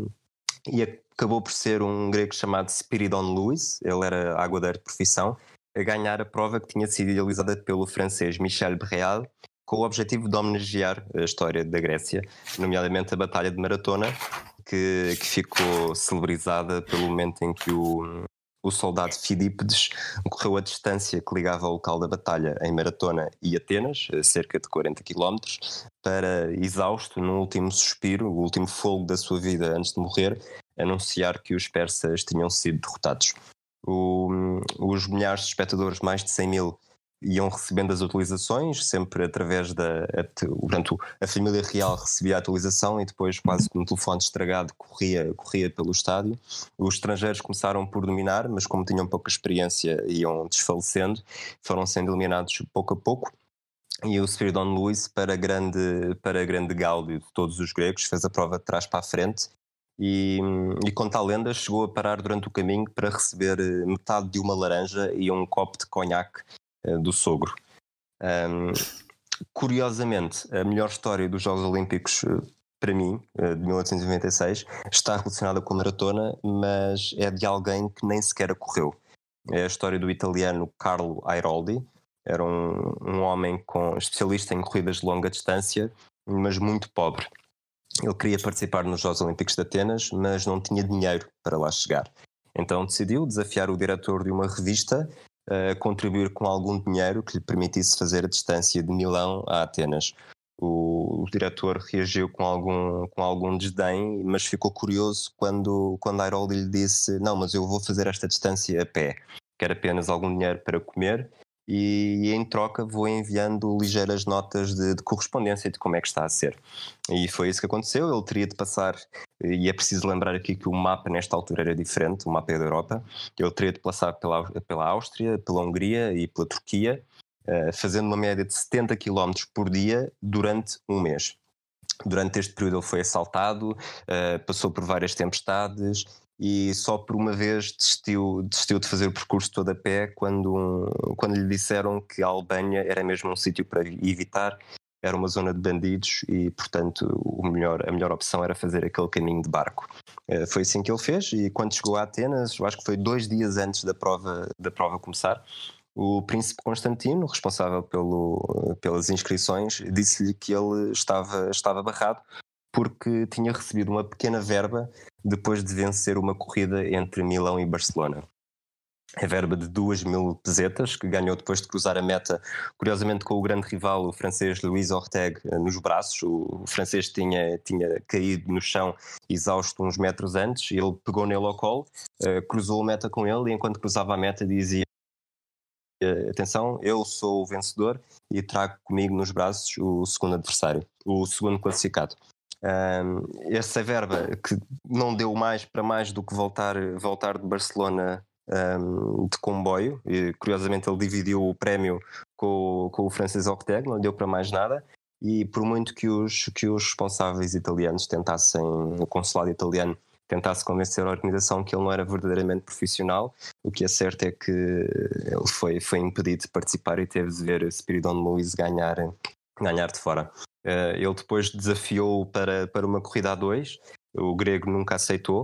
e acabou por ser um grego chamado Spiridon Lewis, ele era aguadeiro de profissão, a ganhar a prova que tinha sido idealizada pelo francês Michel Bréal, com o objetivo de homenagear a história da Grécia, nomeadamente a Batalha de Maratona, que, que ficou celebrizada pelo momento em que o, o soldado Fidípedes correu a distância que ligava o local da batalha em Maratona e Atenas, cerca de quarenta quilómetros, para, exausto, no último suspiro, o último fogo da sua vida antes de morrer, anunciar que os persas tinham sido derrotados. O, os milhares de espectadores, mais de cem mil, iam recebendo as atualizações, sempre através da... A, portanto, a família real recebia a atualização e depois, quase com um telefone estragado, corria, corria pelo estádio. Os estrangeiros começaram por dominar, mas como tinham pouca experiência, iam desfalecendo, foram sendo eliminados pouco a pouco. E o Spiridon Lewis, para grande, para grande gáudio de todos os gregos, fez a prova de trás para a frente. E, e conta a lenda, chegou a parar durante o caminho para receber metade de uma laranja e um copo de conhaque do sogro. Um, curiosamente, a melhor história dos Jogos Olímpicos, para mim, de mil oitocentos e noventa e seis, está relacionada com a maratona, mas é de alguém que nem sequer a correu. É a história do italiano Carlo Airoldi. Era um, um homem com, especialista em corridas de longa distância, mas muito pobre. Ele queria participar nos Jogos Olímpicos de Atenas, mas não tinha dinheiro para lá chegar. Então decidiu desafiar o diretor de uma revista a contribuir com algum dinheiro que lhe permitisse fazer a distância de Milão a Atenas. O, o diretor reagiu com algum, com algum desdém, mas ficou curioso quando, quando Airoldi lhe disse: não, mas eu vou fazer esta distância a pé, quero apenas algum dinheiro para comer e, e em troca vou enviando ligeiras notas de, de correspondência de como é que está a ser. E foi isso que aconteceu. Ele teria de passar, e é preciso lembrar aqui que o mapa nesta altura era diferente, o mapa da Europa. Ele teria de passar pela, pela Áustria, pela Hungria e pela Turquia, uh, fazendo uma média de setenta quilómetros por dia durante um mês. Durante este período ele foi assaltado, uh, passou por várias tempestades e só por uma vez desistiu, desistiu de fazer o percurso todo a pé quando, quando lhe disseram que a Albânia era mesmo um sítio para evitar. Era uma zona de bandidos e, portanto, o melhor, a melhor opção era fazer aquele caminho de barco. Uh, foi assim que ele fez e quando chegou a Atenas, eu acho que foi dois dias antes da prova, da prova começar, o príncipe Constantino, responsável pelo, pelas inscrições, disse-lhe que ele estava, estava barrado porque tinha recebido uma pequena verba depois de vencer uma corrida entre Milão e Barcelona. A verba de duas mil pesetas, que ganhou depois de cruzar a meta, curiosamente com o grande rival, o francês Louis Ortega, nos braços. O francês tinha, tinha caído no chão exausto uns metros antes, ele pegou nele ao colo, cruzou a meta com ele e enquanto cruzava a meta dizia: atenção, eu sou o vencedor e trago comigo nos braços o segundo adversário, o segundo classificado. Um, essa verba que não deu mais para mais do que voltar, voltar de Barcelona um, de comboio, e curiosamente ele dividiu o prémio com, com o francês Ortega, não deu para mais nada. E por muito que os, que os responsáveis italianos tentassem, o consulado italiano tentasse convencer a organização que ele não era verdadeiramente profissional, o que é certo é que ele foi, foi impedido de participar e teve de ver Spiridon Lewis ganhar, ganhar de fora. Uh, ele depois desafiou para, para uma corrida a dois, o grego nunca aceitou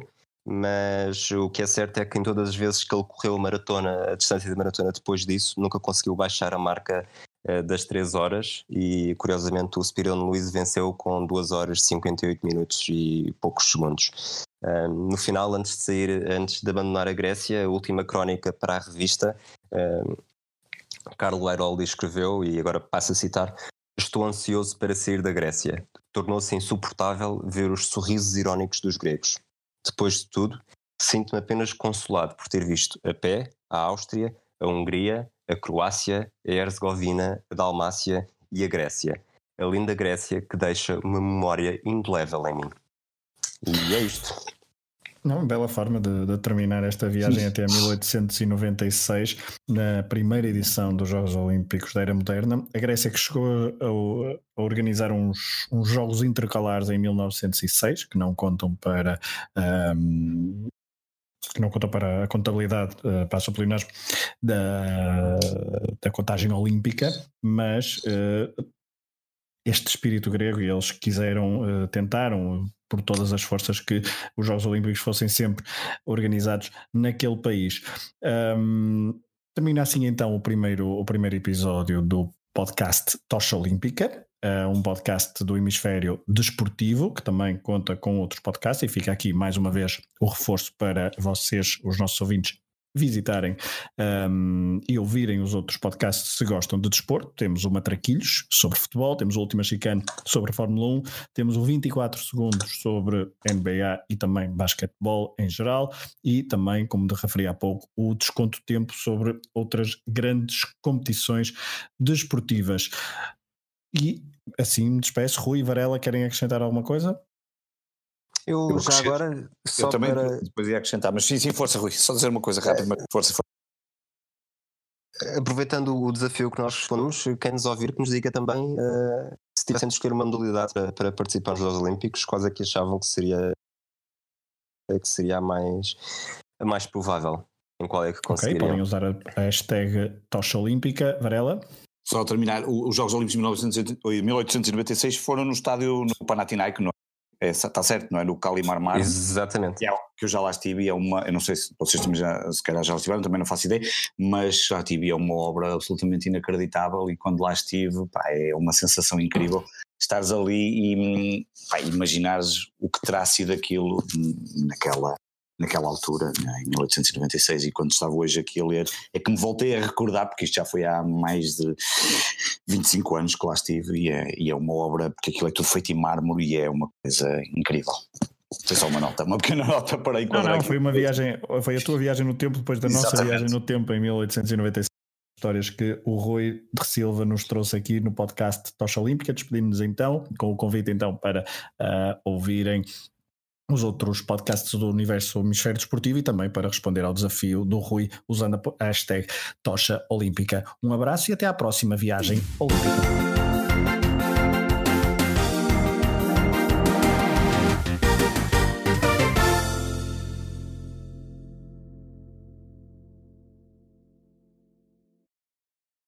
mas o que é certo é que em todas as vezes que ele correu a maratona, a distância da maratona depois disso, nunca conseguiu baixar a marca uh, das três horas, e curiosamente o Spiridion Luís venceu com duas horas, cinquenta e oito minutos e poucos segundos. Uh, no final, antes de sair, antes de abandonar a Grécia, a última crónica para a revista, uh, Carlo Airoldi escreveu, e agora passo a citar: "Estou ansioso para sair da Grécia. Tornou-se insuportável ver os sorrisos irónicos dos gregos. Depois de tudo, sinto-me apenas consolado por ter visto a pé a Áustria, a Hungria, a Croácia, a Herzegovina, a Dalmácia e a Grécia. A linda Grécia que deixa uma memória indelével em mim." E é isto. Não, bela forma de, de terminar esta viagem até mil oitocentos e noventa e seis, na primeira edição dos Jogos Olímpicos da Era Moderna. A Grécia que chegou a, a organizar uns, uns Jogos Intercalares em mil novecentos e seis, que não contam para... Um, que não contam para a contabilidade, uh, para as disciplinas da, da contagem olímpica, mas uh, este espírito grego, e eles quiseram, uh, tentaram por todas as forças que os Jogos Olímpicos fossem sempre organizados naquele país. Um, termina assim então o primeiro, o primeiro episódio do podcast Tocha Olímpica, uh, um podcast do hemisfério desportivo, que também conta com outros podcasts, e fica aqui mais uma vez o reforço para vocês, os nossos ouvintes, visitarem um, e ouvirem os outros podcasts se gostam de desporto. Temos o Matraquilhos sobre futebol, temos o Última Chicane sobre a Fórmula um, temos o vinte e quatro segundos sobre N B A e também basquetebol em geral, e também, como te referi há pouco, o Desconto Tempo sobre outras grandes competições desportivas. E assim me despeço. Rui e Varela, querem acrescentar alguma coisa? Eu, eu já agora, só eu também para... depois ia acrescentar, mas sim, sim, força, Rui, só dizer uma coisa rápida, mas força, força. Aproveitando o desafio que nós respondemos, quem nos ouvir que nos diga também, uh, se tivessem de escolher uma modalidade para, para participar nos Jogos Olímpicos, quais é que achavam que seria, que seria a, mais, a mais provável, em qual é que conseguiriam? Ok, podem usar a hashtag Tocha Olímpica. Varela? Só a terminar, os Jogos Olímpicos de mil oitocentos e noventa e seis foram no estádio no Panathinaiko, não é? É, está certo, não é? No Kali Marmar. Exatamente. Que, é, que eu já lá estive e é uma, eu não sei se vocês também já, se calhar já estiveram, também não faço ideia, mas já estive e é uma obra absolutamente inacreditável, e quando lá estive, pá, é uma sensação incrível estares ali e pá, imaginares o que terá sido aquilo naquela, naquela altura, né, em mil oitocentos e noventa e seis, e quando estava hoje aqui a ler, é que me voltei a recordar, porque isto já foi há mais de vinte e cinco anos que lá estive, e é, e é uma obra, porque aquilo é tudo feito em mármore e é uma coisa incrível. Foi só uma nota, uma pequena nota para enquadrar. Não, não, foi uma viagem, foi a tua viagem no tempo depois da nossa Exatamente. viagem no tempo em mil oitocentos e noventa e seis. Histórias que o Rui de Silva nos trouxe aqui no podcast Tocha Olímpica. Despedimos-nos então, com o convite então para uh, ouvirem os outros podcasts do Universo Hemisfério Desportivo, e também para responder ao desafio do Rui usando a hashtag Tocha Olímpica. Um abraço e até à próxima viagem olímpica.